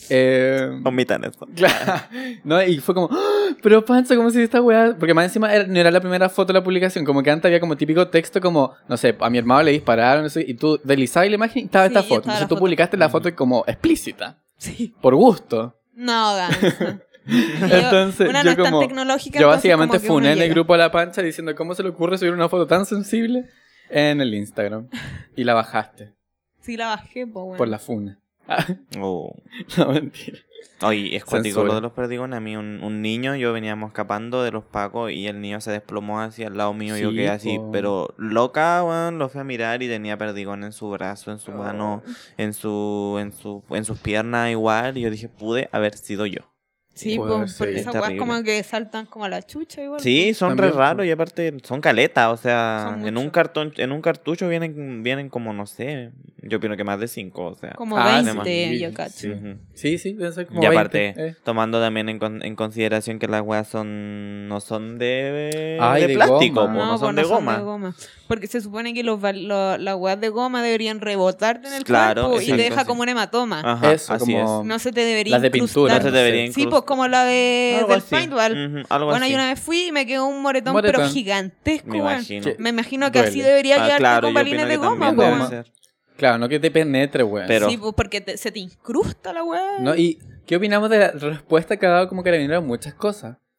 Eh, Omitan eso. claro, ¿no? Y fue como, ¡ah! Pero Pancho, ¿cómo si esta weá? Porque más encima era- no era la primera foto de la publicación. Como que antes había como típico texto como, no sé, a mi hermano le dispararon, no sé, y tú deslizabas la imagen y estaba Sí, esta foto. estaba la Entonces tú foto. publicaste la foto como explícita. Sí. Por gusto. No, Gansa. Entonces, una yo no es tan como- tecnológica. Yo entonces básicamente como que uno funé en el llega. grupo de La Pancha diciendo cómo se le ocurre subir una foto tan sensible en el Instagram. Y la bajaste Sí, la bajé, pues, bueno. por la funa. Ah, Oh. no, mentira. Oye, es cuático Censura. lo de los perdigones. A mí, un, un niño, yo veníamos escapando de los pacos y el niño se desplomó así al lado mío. Yo Sí, quedé así, po. pero loca, weón. Lo fui a mirar y tenía perdigón en su brazo, en su mano, en su, en su, en sus piernas igual. Y yo dije, pude haber sido yo. Sí, Puede pues, ser. porque Es esas weas terrible. como que saltan como a la chucha igual. Sí, son También, re raros po. y aparte son caletas, o sea, Son en muchos. un cartón, en un cartucho vienen, vienen como, no sé, yo opino que más de cinco, o sea. Como Ah, veinte, sí, yo cacho. sí. Ujú. Sí, sí, deben ser como Y aparte, veinte, eh. tomando también en, con- en consideración que las weas son no son de, Ay, de de plástico, goma. po, no, pues son, de goma. Porque se supone que los, val- lo- las weas de goma deberían rebotarte en el Claro, cuerpo y te exacto, deja sí. como un hematoma. Ajá, Eso, así como- es. No se te debería Las de incrustar. pintura. No se no sé. debería Sí, incrustar. pues como la de Algo del así. paintball. Ujú, algo Bueno, así. yo una vez fui y me quedó un moretón, Moretón. pero gigantesco, Me weón. imagino. Que- Me imagino que duele. así debería Ah, quedarte claro, con yo balines opino de que goma, también po, debe weón. ser. Claro, no que te penetre, weón. Pero- Sí, pues porque te- se te incrusta la weá. ¿No? ¿Y qué opinamos de la respuesta que ha dado como carabinero a muchas cosas?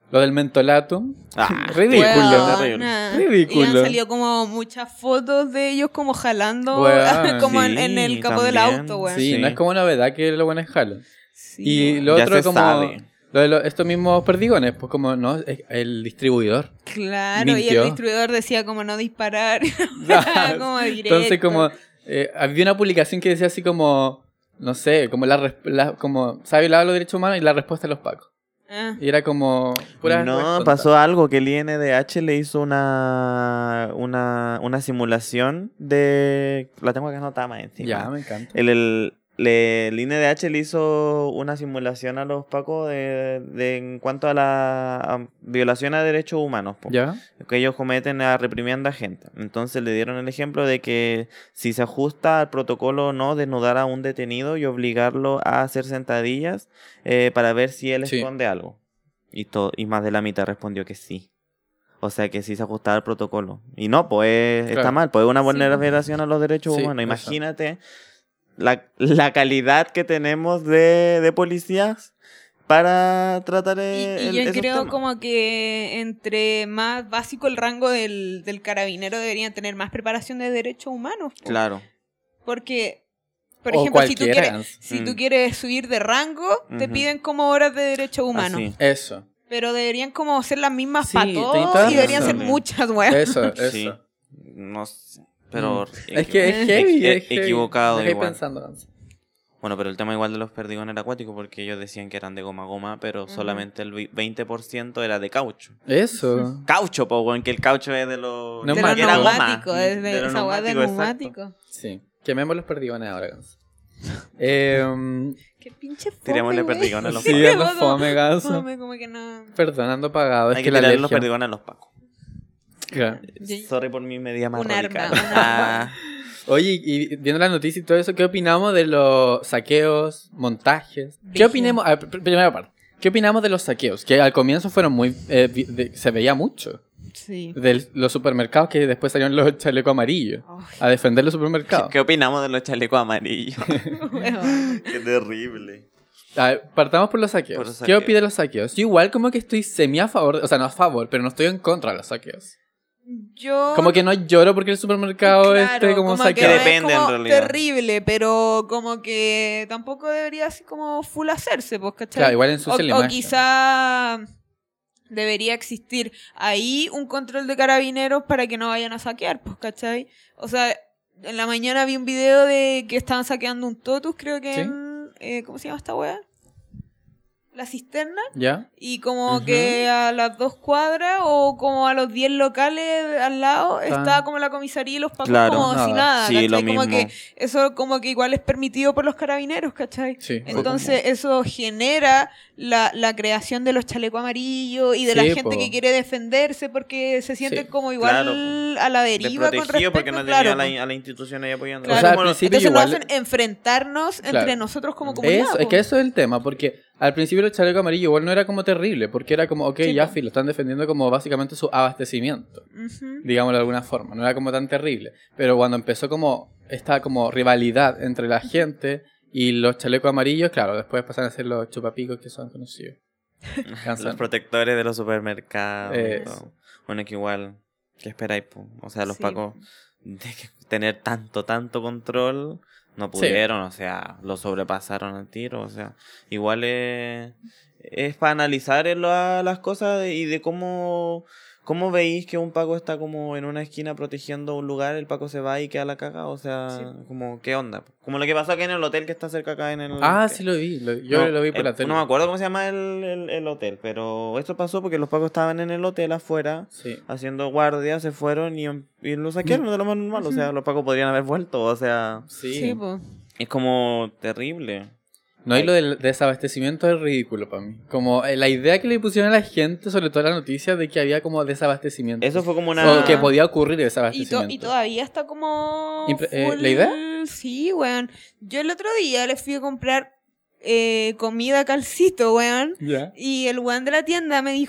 Lo del mentolato. Ah, Ridículo. Weona. terrible. Ridículo. Y han salido como muchas fotos de ellos como jalando Weón, como en, sí, en el capó del también. auto, weón. Sí, Sí. no es como novedad que lo buenos jalan. Sí, Y weón. lo Ya otro se como... sabe. Lo de lo- estos mismos perdigones, pues como no, es el distribuidor. Claro, y mintió. el distribuidor decía como no disparar. como directo. Entonces como eh, había una publicación que decía así como, no sé, como la, res- la como se ha violado los derechos humanos y la respuesta de los pacos. Ah. Y era como pura No, tonta. pasó algo que el I N D H le hizo una, una, una simulación de... La tengo acá anotada más encima. Ya, me encanta. El, el, le- el I N D H le hizo una simulación a los pacos de, de en cuanto a la a violación a derechos humanos, po, ¿Ya? que ellos cometen a reprimiendo a gente. Entonces le dieron el ejemplo de que si se ajusta al protocolo o no, desnudar a un detenido y obligarlo a hacer sentadillas eh, para ver si él Sí. esconde algo. Y, to- y más de la mitad respondió que sí. O sea que sí se ajustaba al protocolo. Y no, pues está Claro. mal, pues es una Sí, pues. vulneración a los derechos Sí, humanos. eso. Imagínate la, la calidad que tenemos de, de policías para tratar Y, eh, y el- yo esos creo temas. como que entre más básico el rango del, del carabinero deberían tener más preparación de derechos humanos. po. Claro. Porque, por O ejemplo, si tú cualquiera. quieres, si Mm. tú quieres subir de rango, te Ujú. piden como horas de derechos humanos. Así. Eso, Pero deberían como ser las mismas Sí, para tenés todos toda y deberían razón. ser muchas, weón. eso, eso. Sí. No sé. Pero. Mm. Es que es Eh. heavy, Equi- es heavy. equivocado Me dejé igual. pensando, Nancy. Bueno, pero el tema igual de los perdigones era acuático porque ellos decían que eran de goma a goma, pero Ujú. solamente el veinte por ciento era de caucho. Eso. Caucho, po, weón, que el caucho es de los... No de es los que era goma. neumáticos, es de, De los esa weá de neumáticos, exacto. neumático. Sí. Quememos los perdigones ahora, Gans. Eh, Qué pinche fome, Tirémosle güey. perdigones a los sí, pacos. ando como- fome, Ganso. Fome, como que no. Perdón, ando pagado. Es Hay que, que la tirarle los alergia. perdigones a los pacos. Claro. Yo- Sorry por mi media más Un radical. arma, un Ah, Oye, y viendo la noticia y todo eso, ¿qué opinamos de los saqueos, montajes? ¿Qué Brígido. opinamos? A ver, pr- primera parte. ¿Qué opinamos de los saqueos? Que al comienzo fueron muy... eh, vi- de- se veía mucho. Sí. De los supermercados que después salieron los chalecos amarillos. Ay, A defender los supermercados. ¿Qué opinamos de los chalecos amarillos? weón. Qué terrible. A ver, partamos por los saqueos. Por los ¿Qué saqueos. opina de los saqueos? Yo igual como que estoy semi a favor, o sea, no a favor, pero no estoy en contra de los saqueos. Yo. Como que no lloro porque el supermercado Claro, esté como, que saqueado. no Depende, es como en realidad. terrible, pero como que tampoco debería así como full hacerse, pues, ¿cachai? Claro, igual ensucia o, la o imagen. quizá debería existir ahí un control de carabineros para que no vayan a saquear, pues, ¿cachai? O sea, en la mañana vi un video de que estaban saqueando un totus, creo que ¿Sí? en... eh, ¿Cómo se llama esta weá? La cisterna. ¿Ya? Y como Ujú. que a las dos cuadras o como a los diez locales al lado Están- está como la comisaría y los pacos Claro. como Nada. si nada, Sí, ¿cachai? lo Como mismo. que eso como que igual es permitido por los carabineros, ¿cachai? Sí. Entonces eso genera la, la creación de los chalecos amarillos y de la Sí, gente po. que quiere defenderse porque se sienten Sí. como igual Claro, a la deriva con Desprotegido respecto, porque no tenía claro, a, po. la, a la institución ahí apoyando. Claro. O sea, al Como- principio Entonces nos igual... hacen enfrentarnos entre Claro. nosotros como comunidad. Eso, es po. que eso es el tema, porque al principio el chaleco amarillo igual no era como terrible, porque era como, ok, Sí, ya po. fi, lo están defendiendo como básicamente su abastecimiento, Ujú. digámoslo de alguna forma, no era como tan terrible. Pero cuando empezó como esta como rivalidad entre la gente y los chalecos amarillos, claro, después pasan a ser los chupapicos que son conocidos. Cansan. Los protectores de los supermercados. y Eso. todo. Bueno, que igual, ¿qué esperáis? Po? O sea, los Sí. pacos de que tener tanto, tanto control, no pudieron, o sea, lo sobrepasaron al tiro, o sea, igual es, es para analizar en la- las cosas de- y de cómo, cómo veis que un paco está como en una esquina protegiendo un lugar, el paco se va y queda la caga, o sea, Sí. como, ¿qué onda? Como lo que pasó aquí en el hotel que está cerca acá en el... Ah, que- sí lo vi, lo- yo no, lo vi por eh, la tele. No me acuerdo cómo se llama el, el, el hotel, pero esto pasó porque los pacos estaban en el hotel afuera Sí. haciendo guardia, se fueron y, y lo saquearon de lo más normal. O sea, los pacos podrían haber vuelto, o sea, Sí. Sí, po. es como terrible. No, y lo del desabastecimiento es ridículo para mí. Como eh, la idea que le pusieron a la gente, sobre todo la noticia de que había como desabastecimiento. Eso fue como una... O que podía ocurrir Y, to- desabastecimiento. y todavía está como... Impre- eh, full- ¿la idea? Sí, weón. Yo el otro día le fui a comprar eh, comida a Calcito, weón. Ya. Y el weón de la tienda me dijo,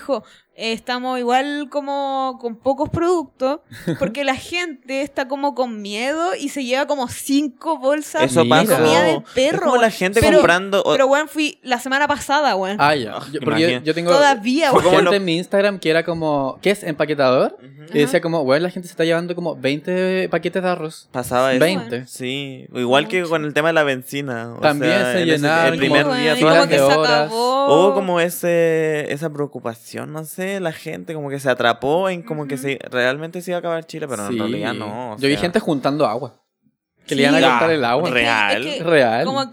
eh, estamos igual como con pocos productos, porque la gente está como con miedo y se lleva como cinco bolsas Eso de Mira. comida de pasó. perro. Es como la gente Pero- comprando... o- Pero, weón, fui la semana pasada, weón. Ah, ya. Yo, porque yo, imagina. yo tengo Todavía, gente weón. como lo- en mi Instagram que era como, ¿qué es? Empaquetador. Ujú. Y decía como, bueno, la gente se está llevando como veinte paquetes de arroz. Pasaba eso. veinte. Sí, igual que Mucho. con el tema de la benzina. o También sea, se en ese- llenaron el primer como día y filas como de que se horas. acabó. hubo como ese esa preocupación, no sé, la gente como que se atrapó en como que se realmente se iba a acabar Chile, pero Sí. en realidad no. o Yo vi sea, gente juntando agua. Que le Sí. iban a cortar Ah, el agua. Es que- real. es que Real. Como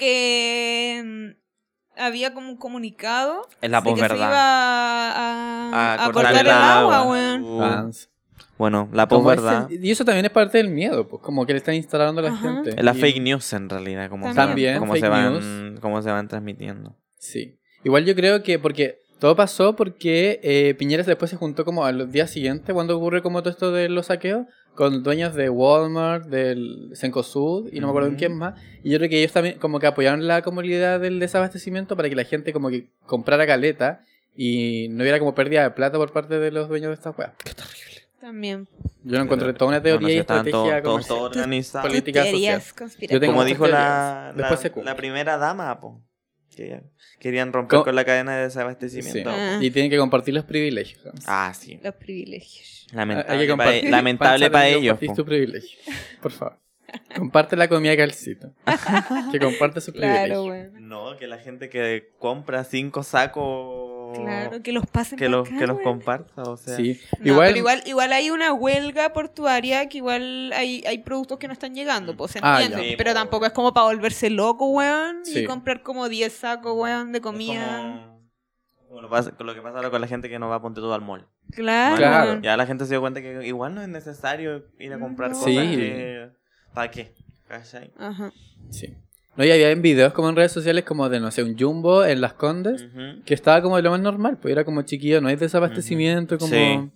que mm, había como un comunicado es la de que se posverdad. iba a, a, A a cortar cortar el el agua, agua. weón. Uh, Vans. Bueno, la Como posverdad ese- y eso también es parte del miedo, pues, como que le están instalando a la Ajá. gente. es la Y- fake news en realidad, como También, se van, como fake se van, news. cómo se van transmitiendo. Sí. Igual yo creo que porque todo pasó porque eh, Piñera después se juntó como a los días siguientes cuando ocurre como todo esto de los saqueos con dueños de Walmart, del Cencosud y no me acuerdo en Ujú. quién más. Y yo creo que ellos también como que apoyaron la comunidad del desabastecimiento para que la gente como que comprara caleta y no hubiera como pérdida de plata por parte de los dueños de estas weas. Qué terrible. También. Yo no encontré toda una teoría Bueno, si y estaban estrategia todos todo, comercial. todo organizado. Política Teorías social. conspirativas. Yo tengo Como muchas dijo la, teorías. Después la, se cumple. la primera dama, po, que querían romper ¿Cómo? con la cadena de Sí. desabastecimiento. Ah. Y tienen que compartir los privilegios. Ah, sí. Los privilegios. Lamentable, Hay que pa- compartir. lamentable Panza, para tenés que ellos. compartir po. tu privilegio. Por favor. Comparte la comida calcito. Que comparte su Claro, privilegio. weón. No, que la gente que compra cinco sacos. Claro, que los pasen Que pa' los, acá, que los weón. comparta, o sea. Sí. No, igual, pero igual, igual hay una huelga portuaria que igual hay, hay productos que no están llegando, pues se Ah, entiende. ya. Sí, pero po. tampoco es como para volverse loco, weón, Sí. y comprar como diez sacos, weón, de es comida. como- como lo, pasa- con lo que pasa ahora con la gente que no va a ponte todo al mall. Claro. Claro. weón. Ya la gente se dio cuenta que igual no es necesario ir a comprar No. cosas Sí. que... ¿Para qué? ¿Cachai? Ajá. sí. No, y había en videos como en redes sociales como de, no sé, un Jumbo en Las Condes, Ujú. que estaba como de lo más normal, pues era como chiquillo, no hay desabastecimiento, como... Sí.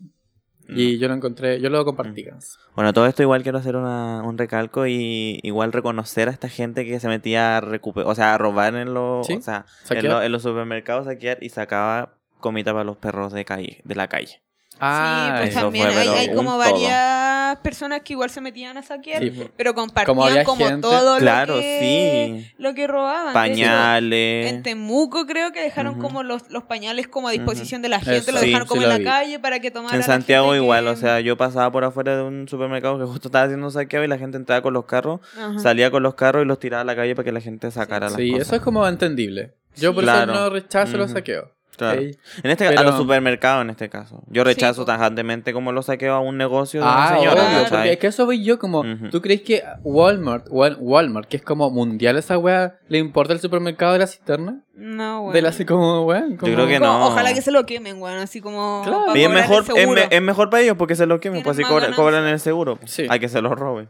Y yo lo encontré, yo lo compartí. guys. Bueno, todo esto igual quiero hacer una, un recalco y igual reconocer a esta gente que se metía a recuperar, o sea, a robar en los, Sí, o sea, en, saquear. lo- en los supermercados, saquear y sacaba comida para los perros de calle, de la calle. Ah, sí, pues eso también fue, hay, pero hay un como todo. varias personas que igual se metían a saquear, Sí, pues. pero compartían Como como, había gente- todo Claro, lo que, sí. lo que robaban. De hecho, Pañales. en Temuco creo que dejaron Ujú. como los, los pañales como a disposición de la gente, Eso, lo sí, dejaron sí como lo en la vi. calle para que tomaran. En Santiago igual, o sea, yo pasaba por afuera de un supermercado que justo estaba haciendo saqueo y la gente entraba con los carros, salía con los carros y los tiraba a la calle para que la gente sacara las Sí, cosas. eso es como entendible. Yo Sí. por Claro. eso no rechazo los Ujú. saqueos. Claro. Ey. En este, Pero- A los supermercados en este caso. Yo rechazo po. tajantemente como lo saqueo a un negocio de Ah, una señora. obvio, ¿cachai? porque es que eso voy yo como, Ujú. ¿tú crees que Walmart, Wal- Walmart, que es como mundial esa wea, le importa el supermercado de la cisterna? No, bueno. De la así como, wea, como... creo que Como, no. Ojalá que se lo quemen, weón, así como. Claro. pa' Y es cobrar el mejor, es, seguro. me- es mejor para ellos porque se lo quemen, Tienen pues así más cobran, ganancia. cobran el seguro. Pues. Sí. Hay que se lo roben.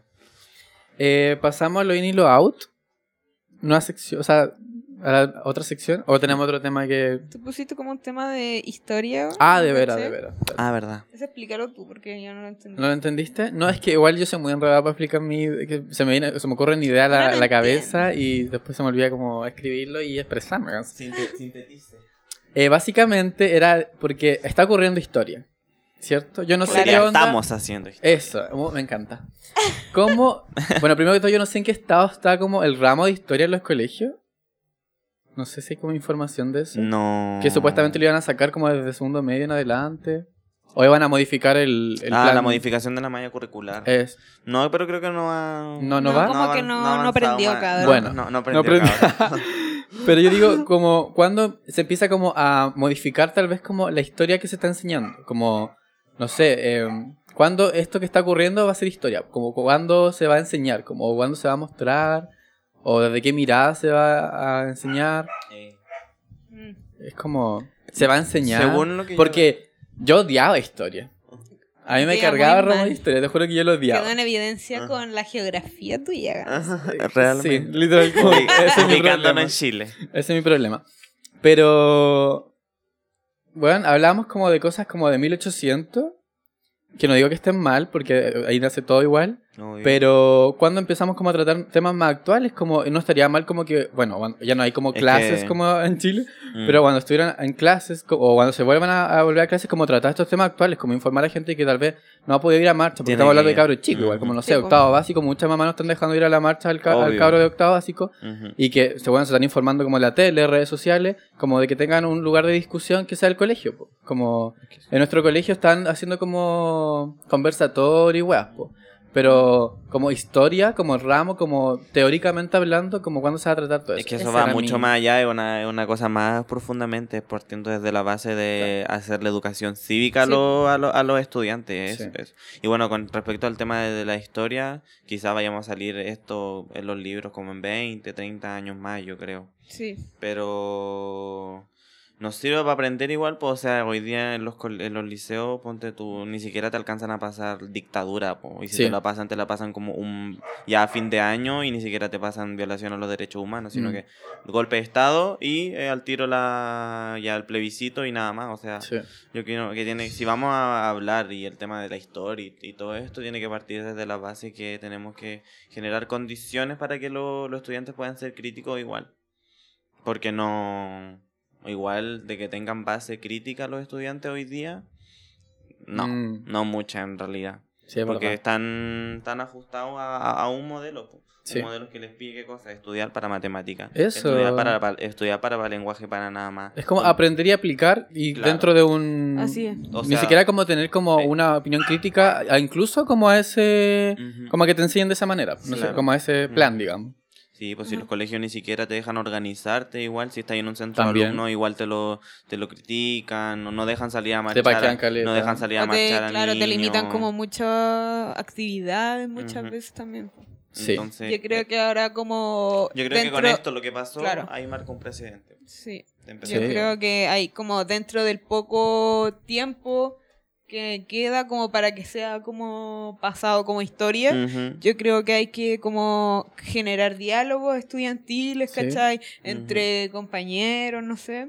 Eh, pasamos a lo in y lo out. Nueva sección, o sea, a la otra sección. ¿O tenemos otro tema que...? Tú pusiste como un tema de historia. weón, Ah, de ¿no veras, caché? de veras. Ah, verdad. Ese explícalo tú, porque yo no lo entendí. ¿No lo entendiste? No, es que igual yo soy muy enredado para explicar mi... que se me viene, se me ocurren ideas a la, No lo la cabeza y después se me olvida como escribirlo y expresarme. ¿no? Sintetice. Eh, básicamente era porque está ocurriendo historia, ¿cierto? Yo no sé Claro. qué onda... Estamos haciendo esto. Eso, uh, me encanta. ¿Cómo? Bueno, primero que todo, yo no sé en qué estado está como el ramo de historia en los colegios. No sé si hay como información de eso. No. Que supuestamente lo iban a sacar como desde segundo medio en adelante. O iban a modificar el, el Ah, plan. la modificación de la malla curricular. Es. No, pero creo que no ha... No, no va. Como ha que avan- no- ha no avanzado aprendió, más. cabrón. Bueno, no, no no aprendió, aprendió. cabrón. Pero yo digo, como cuando se empieza como a modificar tal vez como la historia que se está enseñando. Como, no sé, eh, cuándo esto que está ocurriendo va a ser historia. Como cuándo se va a enseñar. Como cuándo se va a mostrar. O desde qué mirada se va a enseñar. Eh, Mm. Es como, se va a enseñar. Según lo que yo- Porque yo odiaba historia. A mí me Te iba cargaba muy el ramo mal. de historia. Te juro que yo lo odiaba. Quedó en evidencia Ajá. con la geografía tuya. Gans. Realmente. Sí, literal. como- ese es mi Ubicándonos problema. en Chile. Ese es mi problema. Pero, bueno, hablamos como de cosas como de mil ochocientos, que no digo que estén mal, porque ahí nace todo igual, Obvio. Pero cuando empezamos como a tratar temas más actuales, como no estaría mal como que, bueno, cuando- ya no hay como Es clases que- como en Chile, Mm. pero cuando estuvieran en clases co- o cuando se vuelvan a, a volver a clases, como tratar estos temas actuales, como informar a gente que tal vez no ha podido ir a marcha, porque Tiene estamos hablando que de ir. cabros chicos, igual como no sé, Sí, po. octavo básico, muchas mamás no están dejando ir a la marcha al, ca- al Obvio. cabro de octavo básico, Ujú. y que se, bueno, se están informando como en la tele, redes sociales, como de que tengan un lugar de discusión que sea el colegio, po. Como en nuestro colegio están haciendo como conversatorio y weas, po. Pero como historia, como ramo, como teóricamente hablando, como cuándo se va a tratar todo eso. Es que eso Ese va era mucho mi- más allá, es una, es una cosa más profundamente, partiendo desde la base de hacer la educación cívica a, Sí. lo- a, lo- a los estudiantes. Sí. eso, eso. Y bueno, con respecto al tema de, de la historia, quizás vayamos a salir esto en los libros como en veinte, treinta años más, yo creo. Sí. Pero nos sirve para aprender igual, pues, o sea, hoy día en los, col- en los liceos, ponte tú, ni siquiera te alcanzan a pasar dictadura, po, y si Sí. te la pasan, te la pasan como un ya a fin de año y ni siquiera te pasan violación a los derechos humanos, sino Mm. que golpe de estado y eh, al tiro la ya el plebiscito y nada más, o sea, Sí. yo quiero que tiene, si vamos a hablar y el tema de la historia y, y todo esto tiene que partir desde la base que tenemos que generar condiciones para que lo- los estudiantes puedan ser críticos igual. Porque no, igual de que tengan base crítica los estudiantes hoy día, no, Mm. no mucha en realidad. Sí, es Porque verdad. están, están ajustados a, a- a un modelo, po. Sí. Un modelo que les pide qué cosa, estudiar para matemática, Eso. estudiar para, para- estudiar para, para lenguaje, para nada más. Es como aprender y aplicar y Claro. dentro de un... Así es. O Ni sea, siquiera como tener como eh. una opinión crítica, a- incluso como a ese... Ujú. Como a que te enseñen de esa manera, no sé, Claro. como a ese Ujú. plan, digamos. Sí, pues si los colegios ni siquiera te dejan organizarte, igual si estás en un centro También. de alumnos, igual te lo, te lo critican, no, no dejan salir a marchar, paquean a- caleta. no dejan salir a O te, marchar a claro, te limitan niños. como muchas actividades muchas Ujú. veces también. Sí. Entonces, Yo creo que ahora como yo creo que con dentro- esto lo que pasó, claro. ahí marca un precedente. Sí, De yo empezar. Sí. creo que hay como dentro del poco tiempo que queda como para que sea como pasado como historia. Ujú. Yo creo que hay que como generar diálogos estudiantiles, Sí. ¿cachai? Entre compañeros, no sé.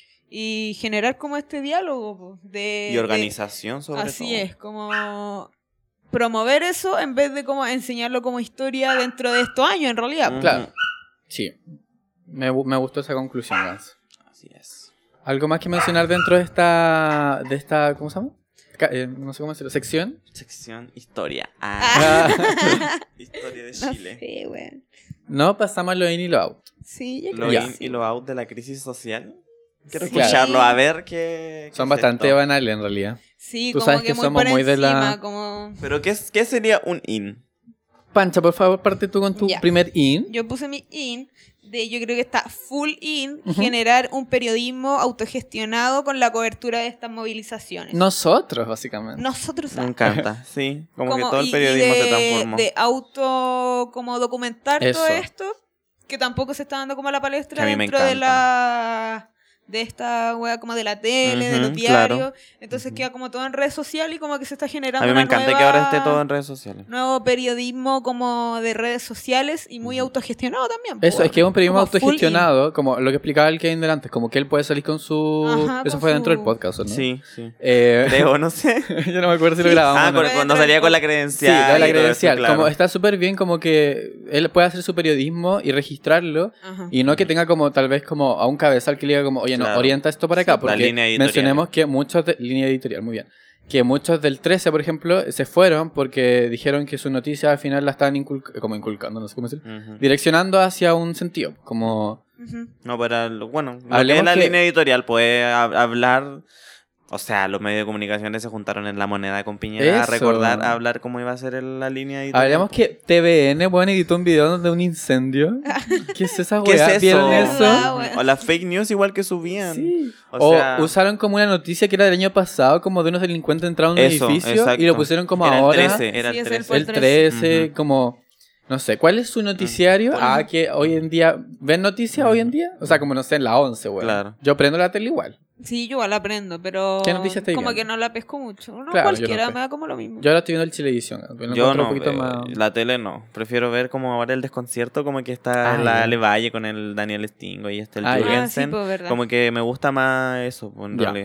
Y generar como este diálogo po, de... Y de- organización sobre Así todo. es, como promover eso en vez de como enseñarlo como historia dentro de estos años, en realidad. Ujú. Claro. Sí. Me, gu- me gustó esa conclusión, Gans. Así es. ¿Algo más que mencionar dentro de esta... de esta ¿cómo se llama? Ca- eh, no sé cómo decirlo, sección. Sección historia. Ah, Ah, historia de No Chile. sé, weón. no, pasamos a lo in y lo out. Sí, yo Lo creo Ya. que in sí. y lo out de la crisis social. Quiero Sí. escucharlo, a ver qué. qué Son es bastante esto. banales en realidad. Sí, Tú como sabes que, que muy somos por muy de la- encima, como... Pero, ¿qué, es- ¿qué sería un in? Pancha, por favor, parte tú con tu Ya. primer in. Yo puse mi in, de yo creo que está full in, Ujú. generar un periodismo autogestionado con la cobertura de estas movilizaciones. Nosotros, básicamente. Nosotros Me encanta, sí. Como, que todo el y- y periodismo de, se transformó. de auto como documentar todo Eso. esto, que tampoco se está dando como a la Que palestra a mí me dentro de encanta. la de esta wea como de la tele, de los Ujú, diarios. claro. Entonces Ujú. queda como todo en redes sociales y como que se está generando A mí me una encanta nueva- que ahora esté todo en redes sociales. nuevo periodismo como de redes sociales y muy Ujú. autogestionado también. Eso, po. es que es un periodismo Como full autogestionado, como lo que explicaba el Kevin delante, como que él puede salir con su... Ajá, Eso con fue dentro su- del podcast, ¿o ¿no? Sí, sí. Eh, Creo, no sé. yo no me acuerdo si lo Sí. grabamos. Ah, o no. cuando, cuando salía con la credencial. Sí, lo de la y todo eso, credencial. claro. Como está súper bien como que él puede hacer su periodismo y registrarlo Ajá. y no que tenga como tal vez como a un cabezal que le diga como, oye, no, Claro. orienta esto para acá. La Porque línea editorial. mencionemos que muchos de... Línea editorial, muy bien. Que muchos del trece, por ejemplo, se fueron porque dijeron que su noticia al final la estaban inculc- como inculcando, no sé cómo decirlo, Ujú. direccionando hacia un sentido. Como... Ujú. No, pero lo- bueno, lo que Hablemos es la que- línea editorial puede hab- hablar. O sea, los medios de comunicación se juntaron en La Moneda con Piñera a Eso. recordar, a hablar cómo iba a ser el- la línea editorial. Hablemos que T V N, bueno, editó un video de un incendio. ¿Qué es esa ¿Qué es weá? eso? ¿Vieron ¿Verdad, eso? weón? O las fake news igual que subían. Sí. O O, sea- usaron como una noticia que era del año pasado, como de unos delincuentes entraron a un Eso, edificio exacto. y lo pusieron como Era el ahora. trece, era Sí, el es el trece. El trece, Ujú. como... No sé, ¿cuál es su noticiario? Bueno. Ah, que hoy en día... ¿Ven noticias hoy en día? O sea, como no sé, en la once, weón. Claro. Yo prendo la tele igual. Sí, yo igual la aprendo, pero ¿Qué noticias estáis como viendo? que no la pesco mucho. No, Claro, yo cualquiera no me da como lo mismo. Yo ahora estoy viendo el Chilevisión. que lo Yo encuentro no, un poquito eh, más... la tele no. Prefiero ver como ahora el desconcierto, como que está Ah, la ya. Ale Valle con el Daniel Stingo y este el Ah, ya. Ah, sí, Jürgensen. pues verdad. Como que me gusta más eso, pues, en Ya. realidad.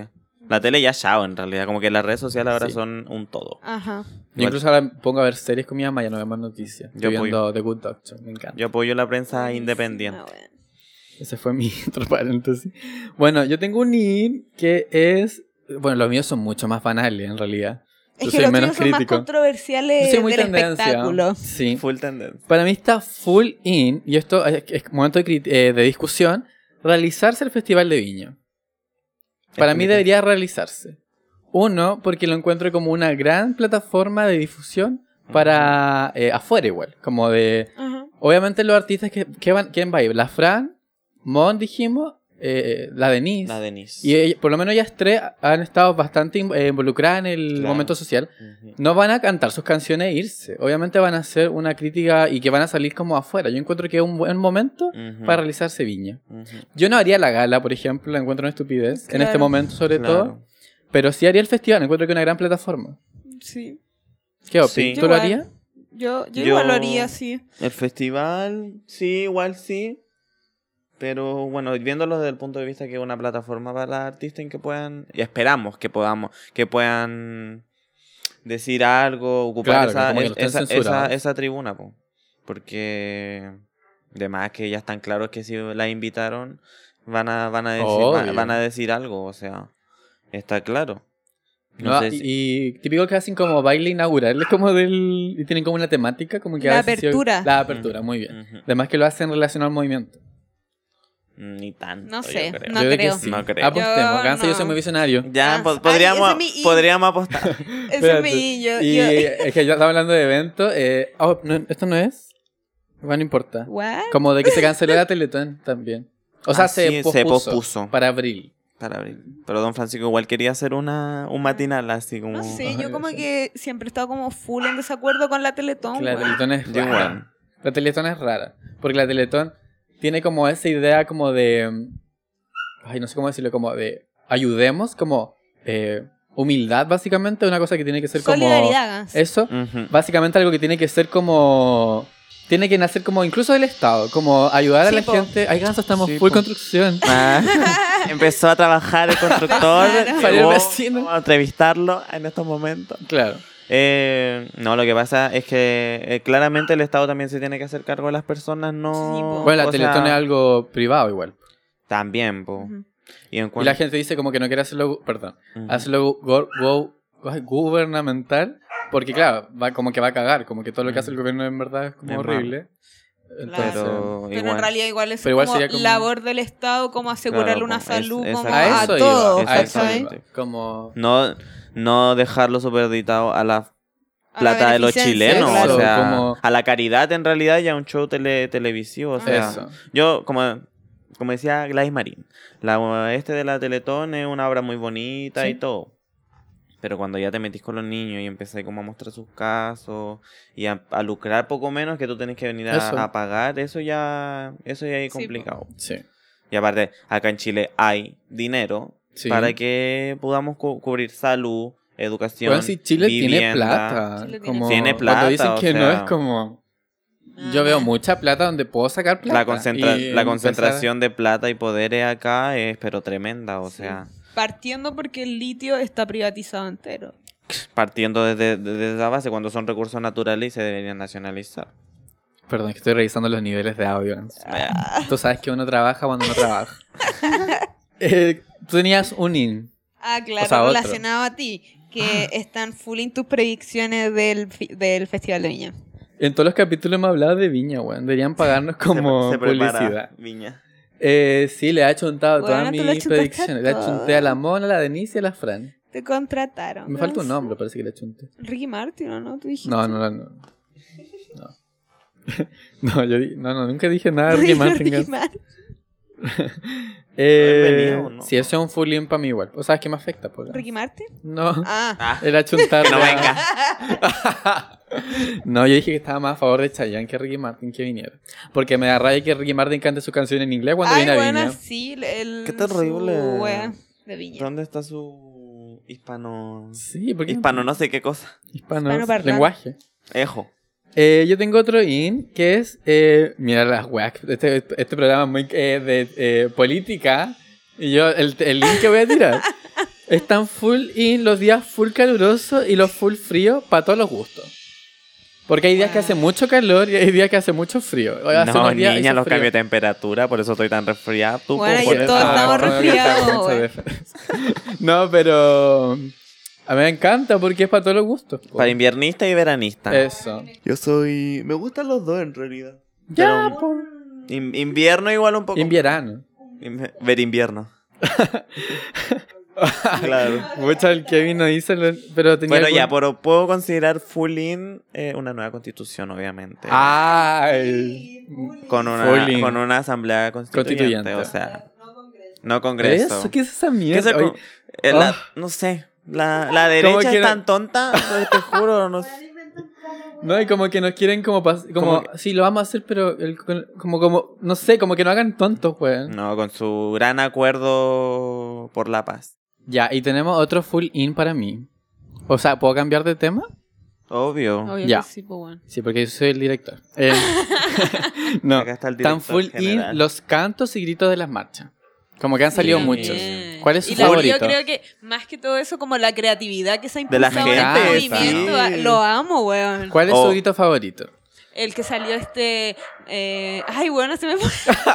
La tele ya chao, en realidad. Como que las redes sociales ahora Sí. son un todo. Ajá. Yo incluso ahora me pongo a ver series con mi mamá, ya no veo más noticias. Yo Estoy apoyo. viendo The Good Doctor, me encanta. Yo apoyo la prensa Buenísima, independiente. weón. Ese fue mi otro paréntesis. Bueno, yo tengo un in que es... Bueno, los míos son mucho más banales, en realidad. Es Yo que soy los menos tuyos son más crítico. controversiales Yo soy muy del tendencia. espectáculo. Sí. Full tendencia. Para mí está full in, y esto es, es momento de, crit- eh, de discusión, realizarse el Festival de Viña. Para mí Explica. debería realizarse. Uno, porque lo encuentro como una gran plataforma de difusión para eh, afuera igual. Como de... Ajá. Obviamente los artistas que, que van, ¿quién va a ir? La Fran, Mon dijimos, eh, la Denise. La Denise. Y ella- por lo menos ellas tres han estado bastante in- eh, involucradas en el Claro. momento social. Ujú. No van a cantar sus canciones e irse. Obviamente van a hacer una crítica y que van a salir como afuera. Yo encuentro que es un buen momento Ujú. para realizarse Viña. Ujú. Yo no haría la gala, por ejemplo, la encuentro una estupidez. En este Claro. momento, sobre Claro. todo. Pero sí haría el festival, encuentro que es una gran plataforma. Sí. ¿Qué opinas? Sí. ¿Tú Yo lo igual. harías? Yo, yo, Yo- igual lo haría, sí. El festival, sí, igual sí. Pero bueno, viéndolo desde el punto de vista que es una plataforma para los artistas en que puedan, y esperamos que podamos, que puedan decir algo, ocupar Claro, que esa, como que no es- estén esa, censurados. esa, esa tribuna, po. Porque además que ya están claros que si la invitaron van a, van a decir, van, Obvio. van a decir algo, o sea, está claro. No No, sé y, si- y típico que hacen como baile inaugural, es como del... Y tienen como una temática, como que La a veces sí- apertura. la apertura, muy bien. Ujú. Además que lo hacen relacionado al movimiento. Ni tanto. No yo sé, creo. no yo de que creo. sí. No creo. Apostemos, Yo Ganso, yo soy no. muy visionario. Ya, Ah, po- ay, podríamos, ese es mi- podríamos apostar. Ese Espérate. es mi... Yo, Y yo- es que ya estaba hablando de evento. Eh, oh, no, ¿esto no es? Bueno, no importa. ¿What? Como de que se canceló la Teletón también. O sea, Ah, se, sí, pospuso se pospuso. para abril. Para abril. Pero Don Francisco igual quería hacer una, un matinal así como... No sé, Ay, yo como sí. que siempre he estado como full en desacuerdo con la Teletón. Que la weón. Teletón es Yo rara. igual. La Teletón es rara. Porque la Teletón tiene como esa idea como de... mm, Ay, no sé cómo decirlo. Como de... Ayudemos, como... eh, humildad, básicamente. Una cosa que tiene que ser como... Solidaridad, Gans. Eso. Ujú. Básicamente algo que tiene que ser como... Tiene que nacer como incluso del Estado. Como ayudar a Sí, la po. gente. Ay, Ganso, estamos Sí, full po. construcción. Ah, empezó a trabajar el constructor. Claro. Salió el llegó vecino. a entrevistarlo en estos momentos. Claro. Eh, no, lo que pasa es que eh, claramente el Estado también se tiene que hacer cargo de las personas, no... Sí, po. Bueno, la o Teletón sea, es algo privado igual. También, po. Ujú. Y en Y cuanto... la gente dice como que no quiere hacerlo, perdón, Ujú. hacerlo go- go- ay, gubernamental, porque claro, va como que va a cagar, como que todo lo que hace el gobierno en verdad es como Es horrible. Entonces, Pero, Pero igual. en realidad igual es Pero igual como, sería como- labor del Estado, como asegurarle Claro, una po, es- salud como exacto. a a, eso todos, iba, a eso ¿cachai? iba. Como No, no dejarlo superditado a la A la plata de los beneficencia, chilenos, claro. o sea, Como- a la caridad en realidad ya un show tele, televisivo, o sea, eso. yo como, como decía Gladys Marín, la este de la Teletón es una obra muy bonita Sí. y todo, pero cuando ya te metís con los niños y empecé como a mostrar sus casos y a, a lucrar poco menos que tú tenés que venir a, Eso. a pagar, eso ya, eso ya es Sí, po. complicado. Sí. Y aparte, acá en Chile hay dinero Sí. para que podamos cu- cubrir salud, educación, Bueno, si Chile tiene vivienda. plata, Chile tiene como Tiene cuando plata, dicen o que no sea. es como Ah, yo veo ya. mucha plata donde puedo sacar plata. La, concentra- y la empezar- concentración de plata y poderes acá es pero tremenda, o Sí. sea, Partiendo porque el litio está privatizado entero. partiendo desde, desde esa base, cuando son recursos naturales y se deberían nacionalizar. Perdón, es que estoy revisando los niveles de audio. Ganso. Ah. Tú sabes que uno trabaja cuando no trabaja. Eh, tú tenías un in. Ah, claro, O sea, otro. relacionado a ti, que están full in tus predicciones del, fi- del Festival de Viña. En todos los capítulos hemos hablado de Viña, weón. Deberían pagarnos como Se- se prepara publicidad. Viña. Eh, sí, le ha chuntado Bueno, todas tú lo mis chuntaste predicciones. Le todo. chunté a la Mona, a la Denise y a la Fran. Te contrataron. Me falta un Ganso. nombre, parece que le chunté. Ricky Martin, ¿o no? ¿Tú dijiste? No, no, no. No, no. No, yo di- no, no, nunca dije nada de Ricky Martin. Ricky Ganso. Martin. Eh, venía o no? Sí, eso es un full in para mí igual. ¿O sabes qué me afecta? Por ¿Ricky Martin? No, Ah. Ah, era chuntar. que no venga. No, yo dije que estaba más a favor de Chayanne que Ricky Martin que viniera. Porque me da rabia que Ricky Martin cante su canción en inglés cuando Ay, viene a bueno, Viña. sí, el, Qué terrible. su wea de Viña. ¿Dónde está su hispano? Sí, porque Hispano no sé qué cosa. hispano, Hispanoparlante. lenguaje. Ejo. Eh, yo tengo otro in que es, eh, mira las weas, este, este programa es muy eh, de eh, política y yo, el, el link que voy a tirar Están full in los días full calurosos y los full fríos para todos los gustos. Porque hay días que hace mucho calor y hay días que hace mucho frío. O hace No, unos días niña, hizo los frío. cambios de temperatura, por eso estoy tan resfriada. Tú, Bueno, por y eso- todos Ah, estamos bueno, resfriados, mucha güey. diferencia. No, pero a mí me encanta porque es para todos los gustos. po. Para inviernista y veranista. Eso. Yo soy... Me gustan los dos en realidad. Ya, Pero po. in- invierno igual un poco. Invierno. Inve- Ver invierno. Claro. Mucha el Kevin no hizo, lo- pero tenía Bueno, algún- ya, pero puedo considerar full in eh, una nueva constitución, obviamente. Ay. con una full in. con una asamblea constituyente, Constituyente. o sea, no congreso. ¿Eso? ¿Qué es esa ¿Qué mierda? se con- Oye, eh, la- oh. No sé, la, la derecha que es no- tan tonta, pues, te juro, no sé. No, y como que nos quieren como... pas- como Como sí, lo vamos a hacer, pero el- con- como, como... No sé, como que no hagan tontos, weón. No, con su gran acuerdo por la paz. Ya, y tenemos otro full in para mí. O sea, ¿puedo cambiar de tema? Obvio. Obvio Ya. que sí, pues bueno. Sí, porque yo soy el director. Eh, no, Acá está el están director full general. in los cantos y gritos de las marchas. Como que han salido Sí, muchos. también. ¿Cuál es su Y la- favorito? Yo creo que más que todo eso, como la creatividad que se ha De la impulsado en gente, este movimiento, sí. ah, lo amo, weón. ¿Cuál es Oh. su grito favorito? El que salió este... eh, ay, bueno, se me fue.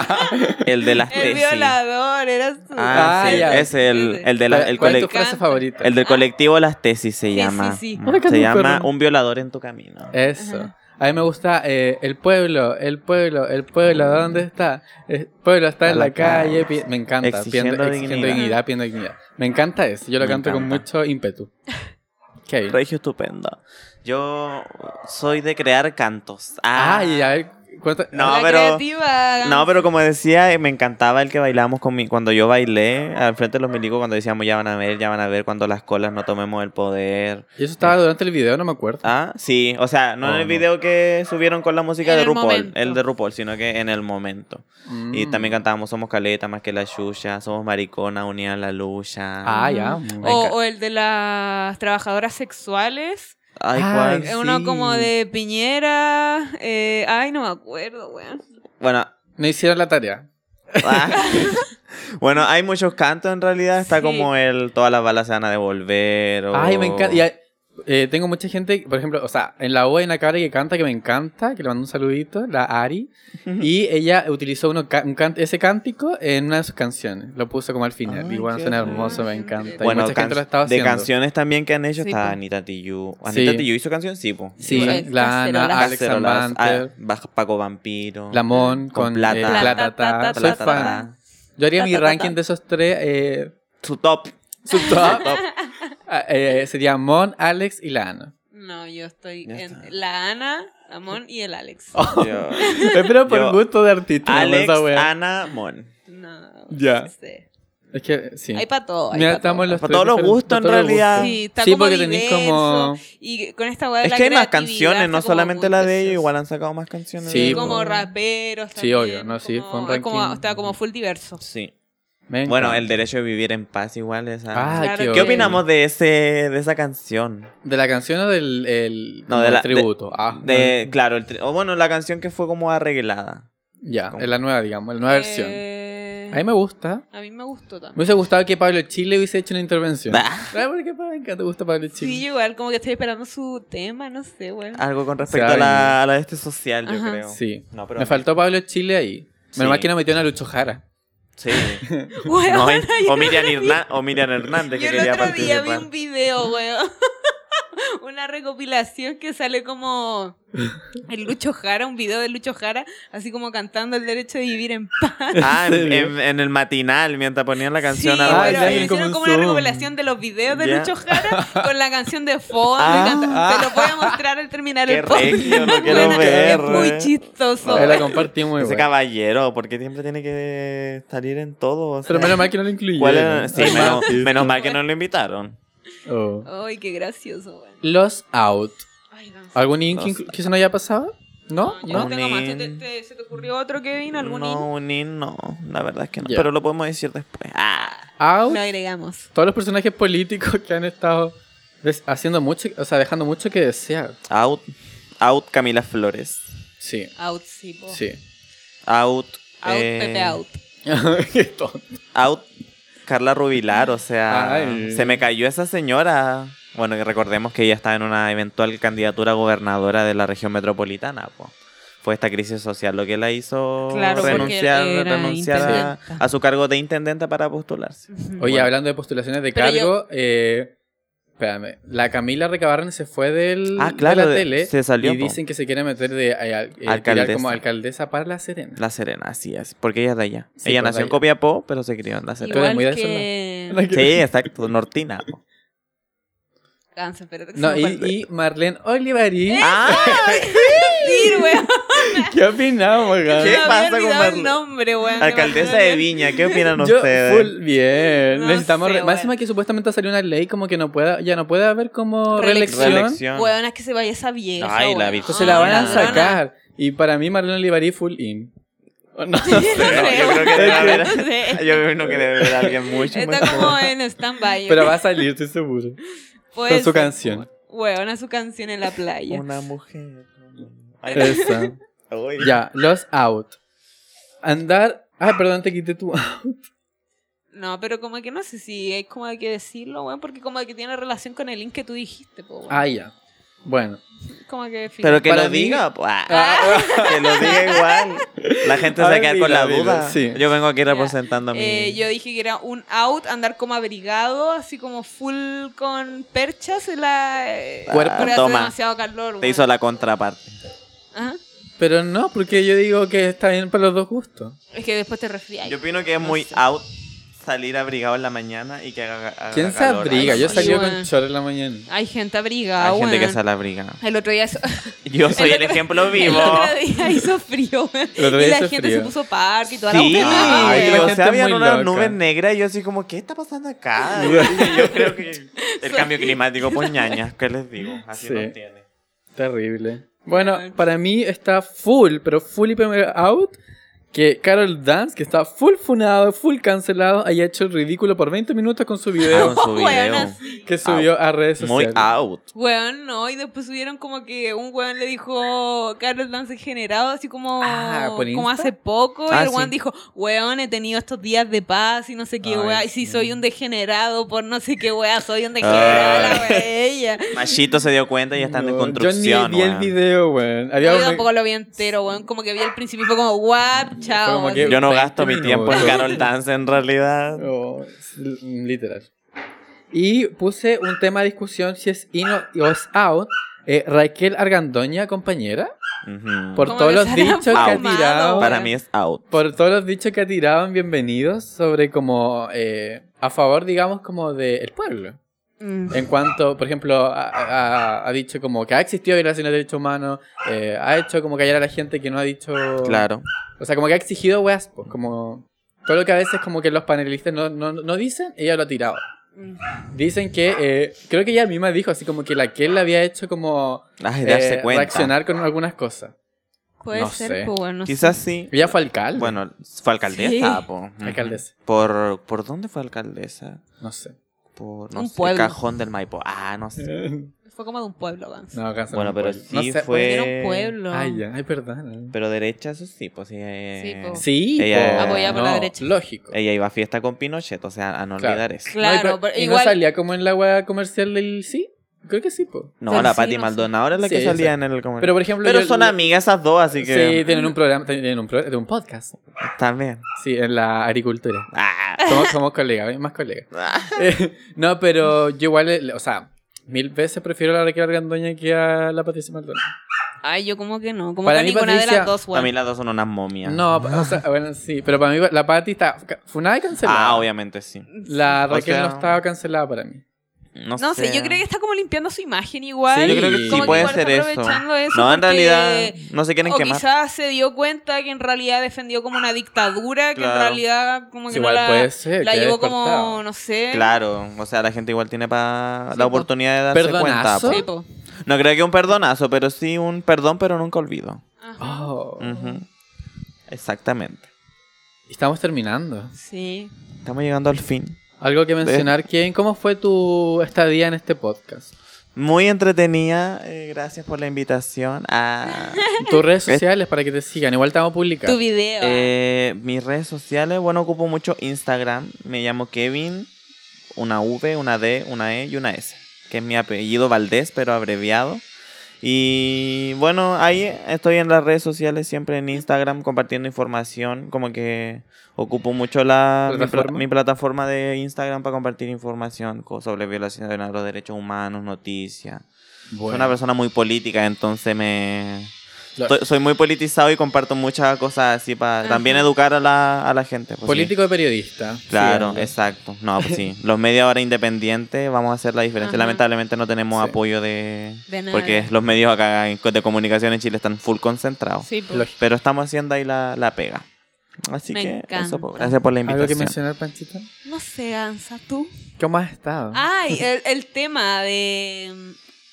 El de las El tesis. violador, era su... Ah, Ah, sí, ya. es el, el, de la, el, ¿Cuál es tu colec- frase favorita? el del colectivo Las Tesis se Sí, llama. sí, sí. Mm, Ay, que Se es un llama perro. Un violador en tu camino. Eso. Ajá. A mí me gusta eh, el pueblo, el pueblo, el pueblo, ¿dónde está? El pueblo está A en la la calle. calle, pi- Me encanta. exigiendo pidiendo- exigiendo dignidad. dignidad, pidiendo dignidad. Me encanta eso. Yo lo Me canto con encanta. mucho ímpetu. Kevin. Regio estupendo. Yo soy de crear cantos. Ah, Ah, y a ver, cuenta- No, la pero- creativa. No, pero como decía, me encantaba el que bailamos con mi, cuando yo bailé al frente de los milicos, cuando decíamos ya van a ver, ya van a ver cuando las colas no tomemos el poder. Y eso estaba durante el video, no me acuerdo. Ah, sí, o sea, no Oh, en el no. video que subieron con la música En de el RuPaul, momento. el de RuPaul, sino que en el momento. Y Mm. también cantábamos Somos Caleta, más que la Xuxa, Somos Maricona, Unida la Lucha. Ah, ya. Me O, enca- o el de las trabajadoras sexuales. Ay, Ay, ¿cuál? sí. Uno como de Piñera. eh, ay, no me acuerdo, weón. Bueno, No hicieron la tarea. ah, bueno, hay muchos cantos en realidad. Está Sí. como el Todas las balas se van a devolver. O... Ay, me encanta. Y hay- eh, tengo mucha gente, por ejemplo, o sea, en la U hay una cabra que canta que me encanta, que le mando un saludito, la Ari. Y ella utilizó uno, ca- un can- ese cántico en una de sus canciones. Lo puso como al final. Ay, y bueno, qué suena rico. hermoso, me encanta. y Bueno, mucha gente can- lo estaba de haciendo. canciones también que han hecho Sí, está po. Anita Tijoux. ¿Anita Sí. Tijoux hizo canción? Sí, po. Sí, Sí. la Ana, Cacerolas. Alex Cacerolas, Amanter, ah, Baja- Paco Vampiro. Lamón Con con, Plata. eh, Plata, Plata, ta, ta, Soy Plata, fan. ta. Yo haría Ta, mi ta, ta, ranking ta. de esos tres. Eh, Su top. su top. Ah, eh, sería Mon, Alex y la Ana. No, yo estoy Ya en está. la Ana, Amón y el Alex. Oh. Yo- Pero por Yo- gusto de artista. no Alex, esa wea. Ana, Mon. No, Ya. no sé. Es que sí. Hay para todo. hay Mira, pa' estamos todo. en los Para tres todos los diferentes- gustos, en para todos los realidad. gustos. Sí, está Sí, como porque tenéis diverso, como- Y con esta weá de Es la que hay más creatividad canciones, está no como solamente muy la de ellos, precioso. igual han sacado más canciones. Sí, Y de- como po. raperos Sí, también. obvio, no, sí, como- fue un es como- ranking. Está como full diverso. Sí. Me Bueno, encanta. el derecho de vivir en paz igual. Esa... Ah, Claro qué, que- ¿Qué bueno. opinamos de ese de esa canción? ¿De la canción o del el, No, como de el la- tributo? ah, De, bueno. claro, el tri- o bueno, la canción que fue como arreglada. Ya, ¿Cómo? es la nueva, digamos, la nueva versión. Eh, A mí me gusta. a mí me gustó Me también. hubiese gustado que Pablo Chile hubiese hecho una intervención. Bah. Ah, ¿por qué Pablo te gusta Pablo Chile? Sí, yo igual como que estoy esperando su tema, no sé, weón. Algo con respecto Se a va a la, a la de este social, yo Ajá. creo. Sí. No, pero Me faltó Pablo Chile ahí. Sí. Menos mal que no metió a Lucho Jara. Sí. Weón, No, y- yo o, Miriam Herná- o Miriam Hernández, que Yo el quería otro día vi participar. un video, weón. Una recopilación que sale como el Lucho Jara, un video de Lucho Jara, así como cantando el derecho de vivir en paz. Ah, en, serio? en- en el matinal, mientras ponían la canción. Sí, algo Ah, pero ya, así. bien como hicieron un como una zoom. recopilación de los videos de Ya. Lucho Jara con la canción de fondo. Ah, y canta- ah. Te lo voy a mostrar al terminar Qué el podcast. regio, lo quiero Bueno, ver, Es muy eh. chistoso. Ahí la weón. compartí muy Ese bueno. caballero, porque siempre tiene que salir en todo. o sea. Pero menos mal que no lo incluyeron. ¿Cuál era? Sí, Ay, menos, Martín. menos mal que no lo invitaron. Oh. Ay, qué gracioso, weón. Los Out. Ay, no sé. ¿Algún link Los- que se nos haya pasado? ¿No? No, yo no ¿No? tengo más. ¿Te- Unín. te- ¿Se te ocurrió otro, Kevin? ¿Algún No, un in, no. La verdad es que no. Ya. Pero lo podemos decir después. Ah. Out. in? Lo agregamos. Todos los personajes políticos que han estado des- haciendo mucho, o sea, dejando mucho que desear. Out. Out Camila Flores. Sí, Out, sí, po. sí. Out. Out, eh, Pepe out. Qué tonto. Out. Carla Rubilar, o sea, Ay. se me cayó esa señora. Bueno, que recordemos que ella estaba en una eventual candidatura a gobernadora de la región metropolitana, pues. Fue esta crisis social lo que la hizo Claro, porque renunciar, era renunciar a, intendenta. a su cargo de intendente para postularse. Ujú. Oye, Bueno. hablando de postulaciones de Pero cargo, eh, espérame, la Camila Recabarren se fue del, Ah, claro, de la de- tele se salió, y po. dicen que se quiere meter de eh, al- eh, tirar Alcaldesa. como alcaldesa para La Serena. La Serena, así es, porque ella es de allá. Sí, ella pues, nació de en allá. Copiapó, pero se crió en La Serena. eres Igual muy de ese que... Sí, exacto, nortina. po. Cáncer, pero que No, se me y, fue el- y Marlene Olivari, ¡Ah! Sí, weón. ¿qué opinamos, ¿Qué Gab? Me había pasa con olvidado el Marlene? nombre, weón. Alcaldesa de Viña, ¿qué opinan Yo, ustedes? full bien. No Necesitamos. sé, re- Más bueno. encima que supuestamente salió una ley como que no pueda, ya no puede haber como Reelección. reelección. Reelección. Weón, es que se vaya esa vieja. Ay, la weón. vi- Entonces la van a Ay, sacar. Y para mí Marlene Olivari full in. No, no sé. No, yo creo que debe haber. No sé. Yo creo que debe haber alguien mucho Está mejor. como en stand-by. Pero va a salir, estoy seguro. Puede con su ser, canción. Weón, a su canción en la playa. Una mujer. Ay, Esa. uy. Ya, los out. Andar. Ah, perdón, te quité tu out. No, pero como que no sé si hay como hay que decirlo, weón, porque como que tiene relación con el link que tú dijiste, po, weón. Ah, ya. Bueno. Como que... Pero que Para lo mí- diga, pues, ah, Ah, que lo diga igual. La gente se va a Ay, quedar con dilo, la dilo, duda. sí. Yo vengo aquí Ya. representando a mi. Eh, yo dije que era un out, andar como abrigado, así como full con perchas en la... eh, Cuerpo. porque hace Toma. demasiado calor, Te weón. hizo la contraparte. Ajá. pero no, porque yo digo que está bien para los dos gustos. Es que después te resfrías. Yo opino que es No muy sé. out salir abrigado en la mañana y que haga, haga ¿Quién se calor. abriga? Ay, Yo no. salí bueno. con chorro en la mañana. Hay gente abrigada, Hay gente que weón. se la abriga. El otro día... eso- Yo soy el, otro- ejemplo vivo. El otro día hizo frío, weón. El otro Y día la hizo gente frío. se puso parque y toda Sí, la weá, Ay, weón. la o gente sea, es había muy unas loca. nubes negras y yo así como, ¿qué está pasando acá? Y yo creo que el cambio climático, pues ñañas, ¿qué les digo? Así Sí. no tiene. Terrible. Bueno, para mí está full, pero full y primero out, que Carol Dance, que está full funado, full cancelado, haya hecho el ridículo por veinte minutos con su Ah, video con su Weón, video. así. que subió a redes Muy sociales. out. Weón, no, y después subieron como que un weón le dijo Carlos Dance generado, así como, Ah, ¿por como Insta? hace poco, Ah, y el weón sí. dijo, weón, he tenido estos días de paz y no sé qué Ay, weá, y si sí. soy un degenerado por no sé qué weá, soy un degenerado, Ay. la weá de ella. Machito se dio cuenta y ya están en No, construcción. Yo ni vi el weón. video, weón. Había Yo una- tampoco lo vi entero, weón, como que vi al principio y fue como, what, chao. como así. que- Yo no veinte gasto mi tiempo en minutos. Carol Dance en realidad. Oh, es literal. Y puse un tema de discusión si es in o es out. Eh, Raquel Argandoña, compañera, Ujú. por Como todos que los se habrá dichos que ha fumado, tirado. Para weón. mí es out. Por todos los dichos que ha tirado en Bienvenidos sobre como eh, a favor, digamos, como del pueblo. Mm. En cuanto, por ejemplo, ha, ha- ha dicho como que ha existido violaciones de derechos humanos, eh, ha hecho como callar a la gente que no ha dicho... Claro. O sea, como que ha exigido weas, pues, como... Todo lo que a veces como que los panelistas no, no, no dicen, ella lo ha tirado. Mm. Dicen que, eh, creo que ella misma dijo, así como que la que él le había hecho como Ay, darse eh, cuenta. reaccionar con algunas cosas. Puede No ser, sé. pues, bueno, no Quizás sé. sí. Ella fue alcalde. Bueno, fue alcaldesa, Sí. po. Ujú. Alcaldesa. ¿Por, ¿Por dónde fue alcaldesa? No sé. Por, no Un sé, pueblo. Cajón del Maipo. Ah, no sé. Fue como de un pueblo, Gans. No, acá se Bueno, me pero fue. sí No sé, fue- Era un pueblo. Ay, ya, ay, perdón. Pero derecha, eso sí, pues sí. eh, Sí, po. Sí, Ella- po. Apoyada por la No, derecha. Lógico. Ella iba a fiesta con Pinochet, o sea, a no Claro. olvidar eso. Claro, No, y pero- pero ¿y igual- no salía como en la wea comercial del sí? Creo que sí, po. No, Pero la sí, Pati no Maldonado era la Sí, que salía esa. en el comercial. Pero por ejemplo... Pero yo- son yo- amigas esas dos, así que... Sí, tienen un programa, tienen un, pro- de un podcast. También. Sí, en la agricultura. Ah. Somos, somos colegas, más colegas. Eh, no, pero yo igual, eh, o sea, mil veces prefiero a la Raquel Argandoña que a la Patricia Maldonado. Ay, yo como que no. Como Para que mí, ninguna de Patricia- las dos, Para mí weón. las dos son unas momias. No, o sea, bueno, sí, pero para mí la Pati está ca- funada y cancelada. Ah, obviamente sí. La O Raquel sea- no estaba cancelada para mí. No, No sé, yo creo que está como limpiando su imagen igual. Sí, Yo creo que sí Como que puede igual ser está eso. aprovechando eso No, en porque- realidad no se quieren O quemar. quizás se dio cuenta que en realidad defendió como una dictadura, que Claro. en realidad como que Sí, no igual la, puede ser, la que haya llevó como, despertado. no sé. Claro, o sea, la gente igual tiene pa Sí, la po. oportunidad de darse ¿Perdonazo? cuenta. Sí, po. po. No creo que un perdonazo, pero sí un perdón, pero nunca olvido. Ajá. Oh. Ujú. Exactamente. Estamos terminando. Sí. Estamos llegando al fin. Algo que mencionar, ¿quién? ¿Cómo fue tu estadía en este podcast? Muy entretenida. Eh, gracias por la invitación. Ah, Tus redes sociales para que te sigan. Igual te vamos a publicar. Tu video. eh, mis redes sociales, bueno, ocupo mucho Instagram. Me llamo Kevin, una V, una D, una E y una S. Que es mi apellido Valdés, pero abreviado. Y bueno, ahí estoy en las redes sociales, siempre en Instagram, compartiendo información. Como que ocupo mucho la mi, ¿Plataforma? pla- mi plataforma de Instagram para compartir información co- sobre violaciones de los derechos humanos, noticias. Bueno. Soy una persona muy política, entonces me... Lo- Estoy- soy muy politizado y comparto muchas cosas así para Ajá. también educar a la, a la gente. pues, Político y periodista. sí. Claro, Síganlo. exacto. No, pues sí. Los medios ahora independientes vamos a hacer la diferencia. Ajá. Lamentablemente no tenemos Sí. apoyo de... De nada. Porque los medios acá en- de comunicación en Chile están full concentrados. Sí, po. Lógico. Pero estamos haciendo ahí la, la pega. Así Me que encanta. eso, pues, gracias por la ¿Algo que invitación. mencionar, Panchita? No sé, Gansa, tú. ¿Cómo has estado? Ay, el, el tema de... mm,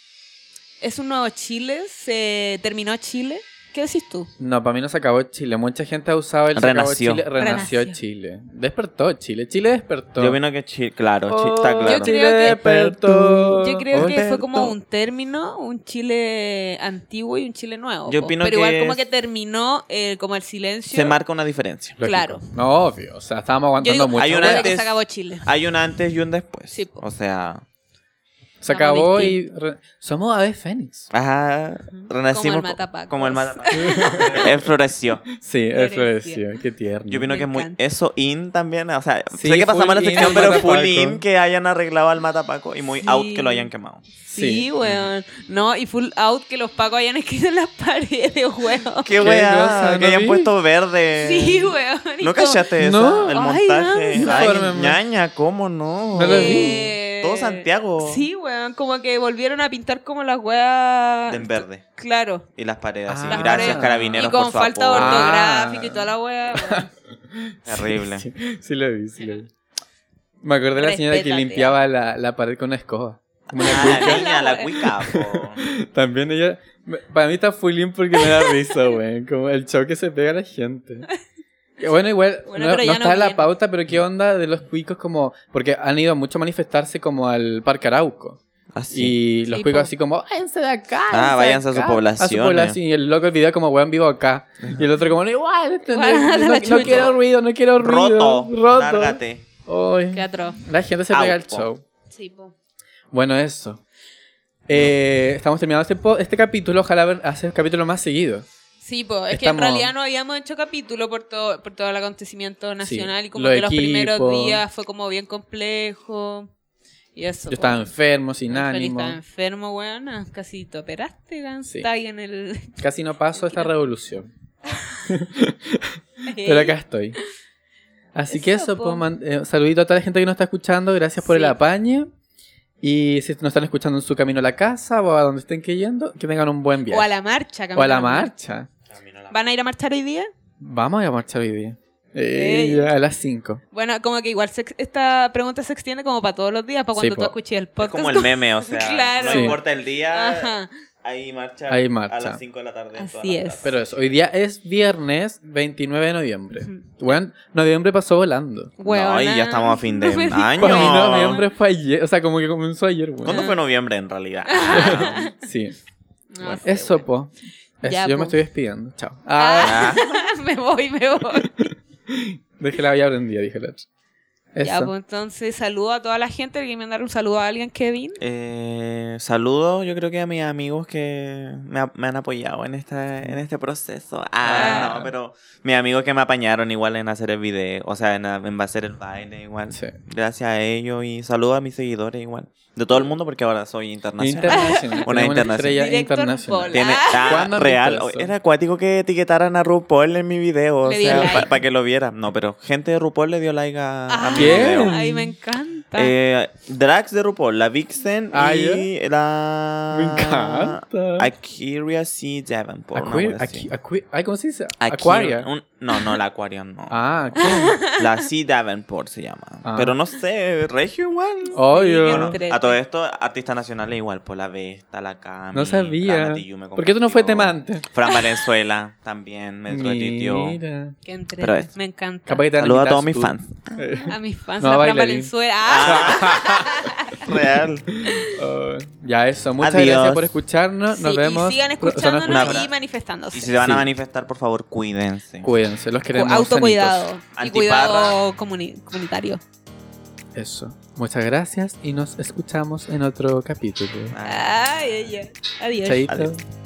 Es un nuevo Chile, se terminó Chile. ¿Qué decís tú? No, para mí no se acabó Chile. Mucha gente ha usado el se acabó Renació. Chile. Renació Renació. Chile. Despertó Chile. Chile despertó. Yo opino que Chile, claro, Chi- está Oh, claro. Yo Chile creo que- despertó. Yo creo que fue Alberto. como un término, un Chile antiguo y un Chile nuevo. Yo po. opino Pero igual que como es- que terminó eh, como el silencio. Se marca una diferencia. Lógico. claro. No, obvio. O sea, estábamos Yo aguantando digo, mucho. Hay un puede que antes- se acabó Chile. Hay un antes y un después. Sí, po. O sea, Se Estamos acabó y... distintos. re- Somos ave fénix. ajá, renacimos Como el Matapacos. como el Matapacos. Él floreció. Sí, Floreció. eso decía. Qué tierno. Yo opino Me que es muy encanta. eso in también, o sea, Sí, sé que pasamos a la full in sección, al pero full Matapaco. in que hayan arreglado al Matapaco y muy Sí. out que lo hayan quemado. Sí, Sí. weón. No, y full out que los pacos hayan escrito en las paredes, weón. Qué Qué weá, cosa, que ¿no hayan vi? puesto verde. Sí, weón. y ¿No como- cachaste eso? No. El Ay, montaje. Gansa. Ay, Infórmame. ñaña, ¿cómo no? No lo vi. Eh, Todo Santiago. Sí, weón. Como que volvieron a pintar como las weas. En verde. Claro. Y las paredes así. Ah. Gracias, paredes. carabineros, Y con por su falta apoyo. ortográfica Ah. y toda la wea. weón. Terrible. Sí, sí lo vi, sí lo vi. Me acordé de la señora que Respétate. limpiaba la, la pared con una escoba. Como una Ah, la cuica. niña, la cuica, po. También ella... me- Para mí está full in porque me da risa, güey. Como el show que se pega a la gente. Y bueno, igual, Bueno, no, pero no ya está no en la viene. pauta, pero ¿qué onda de los cuicos como...? Porque han ido mucho a manifestarse como al Parque Arauco. Así. Y los Sí, cuicos po. así como, váyanse de acá. Ah, váyanse a sus acá". poblaciones. A su población. Y el loco el video como, weón, vivo acá. Y el otro como, igual, este, no, Igual, no- la no chucha. quiero ruido, no quiero ruido. Roto. Roto. Lárgate. Ay, Qué atroz. la gente se pega al Auto. show. Sí, po. Bueno, eso. Eh, estamos terminando este, po- este capítulo. Ojalá ver- hacer capítulos más seguidos. Sí, po. Es que en Estamos- realidad no habíamos hecho capítulo por todo, por todo el acontecimiento nacional y como los que los primeros equipos. días fue como bien complejo. Y eso. Yo po. estaba enfermo, sin El Feli ánimo. estaba enfermo, weón. Casi te operaste, Gans. Sí. Está ahí en el. Casi no paso esta revolución. Pero acá estoy. Así que Eso, eso, po. pues, man- eh, saludito a toda la gente que nos está escuchando. Gracias por Sí. el apañe. Y si nos están escuchando en su camino a la casa o a donde estén que yendo, que tengan un buen viaje. O a la marcha, O a la caminando. marcha. ¿Van a ir a marchar hoy día? Vamos a marchar hoy día. Ey. Eh, a las cinco. Bueno, como que igual se- esta pregunta se extiende como para todos los días, para Sí, cuando po. tú escuches el Es podcast. como el meme, o sea, Claro. no Sí. importa el día, Ajá. ahí marcha, Ahí marcha. a las cinco de la tarde. en Así todas las es. plazas. Pero eso, hoy día es viernes veintinueve de noviembre. Ujú. Bueno, noviembre pasó volando. Huevona. No, y ya estamos a fin de No me digas. año. Para mí No. noviembre fue ayer, o sea, como que comenzó ayer, weón. ¿Cuándo fue noviembre en realidad? Ah, Sí. No sé, Eso, bueno. po. Eso, Ya, yo po. me estoy despidiendo. Chao. Ah, ah. me voy, me voy. dejé la olla prendida, dije el otro. Eso. Ya, pues entonces saludo a toda la gente. ¿Alguien me mandar un saludo a alguien, Kevin? Eh, saludos, yo creo que a mis amigos que me, ha- me han apoyado en este, en este proceso. Ah, Ah. no, pero mis amigos que me apañaron igual en hacer el video, o sea, en, en hacer el baile igual. Sí. Gracias a ellos y saludos a mis seguidores igual. De todo el mundo porque ahora soy internacional. Internacional. Una Tenemos internacional. estrella Director internacional. Paul. Tiene, Ah. ah, ¿Cuándo han real. visto eso? Era acuático que etiquetaran a RuPaul en mi video. O Le dio sea, like. para que lo viera. No, pero gente de RuPaul le dio like a, a Ah, mi ¿Quién? video. Ay, me encanta. Eh, Drax de RuPaul, la Vixen Ah, y la... Me encanta. Akira C. Davenport. una Aquari- wea así. Aqui- Aqui- ay, ¿cómo se dice? Akira- Aquaria. un- no, no, la Aquarian no. Ah, ¿qué? La C. Davenport se llama. Ah. Pero no sé, Regio igual. Obvio. qué Bueno, entrete. a todo esto, artistas nacionales igual, por la Vesta, la Cami. No sabía. la Nati Yu me ¿Por qué tú no fue compartió. tema antes? Fran Valenzuela también me retuiteó. Mira. Qué entrete. pero es- Me encanta. Capaz que te van Saludos a invitar todos mis tú. fans. Eh. A mis fans No, de la Fran bailarín. Valenzuela. Ah, Real. Oh, ya eso, muchas Adiós. gracias por escucharnos. Nos Sí, vemos. y sigan pro- o sea, nos escuchándonos escuchamos. y manifestándose. Y si se van Sí. a manifestar, por favor, cuídense. Cuídense, los queremos. Autocuidado. sanitos. Y Antiparra. cuidado comuni- comunitario. Eso. Muchas gracias y nos escuchamos en otro capítulo. Ah. Ay, ay, ay. Adiós. Chaito. Adiós.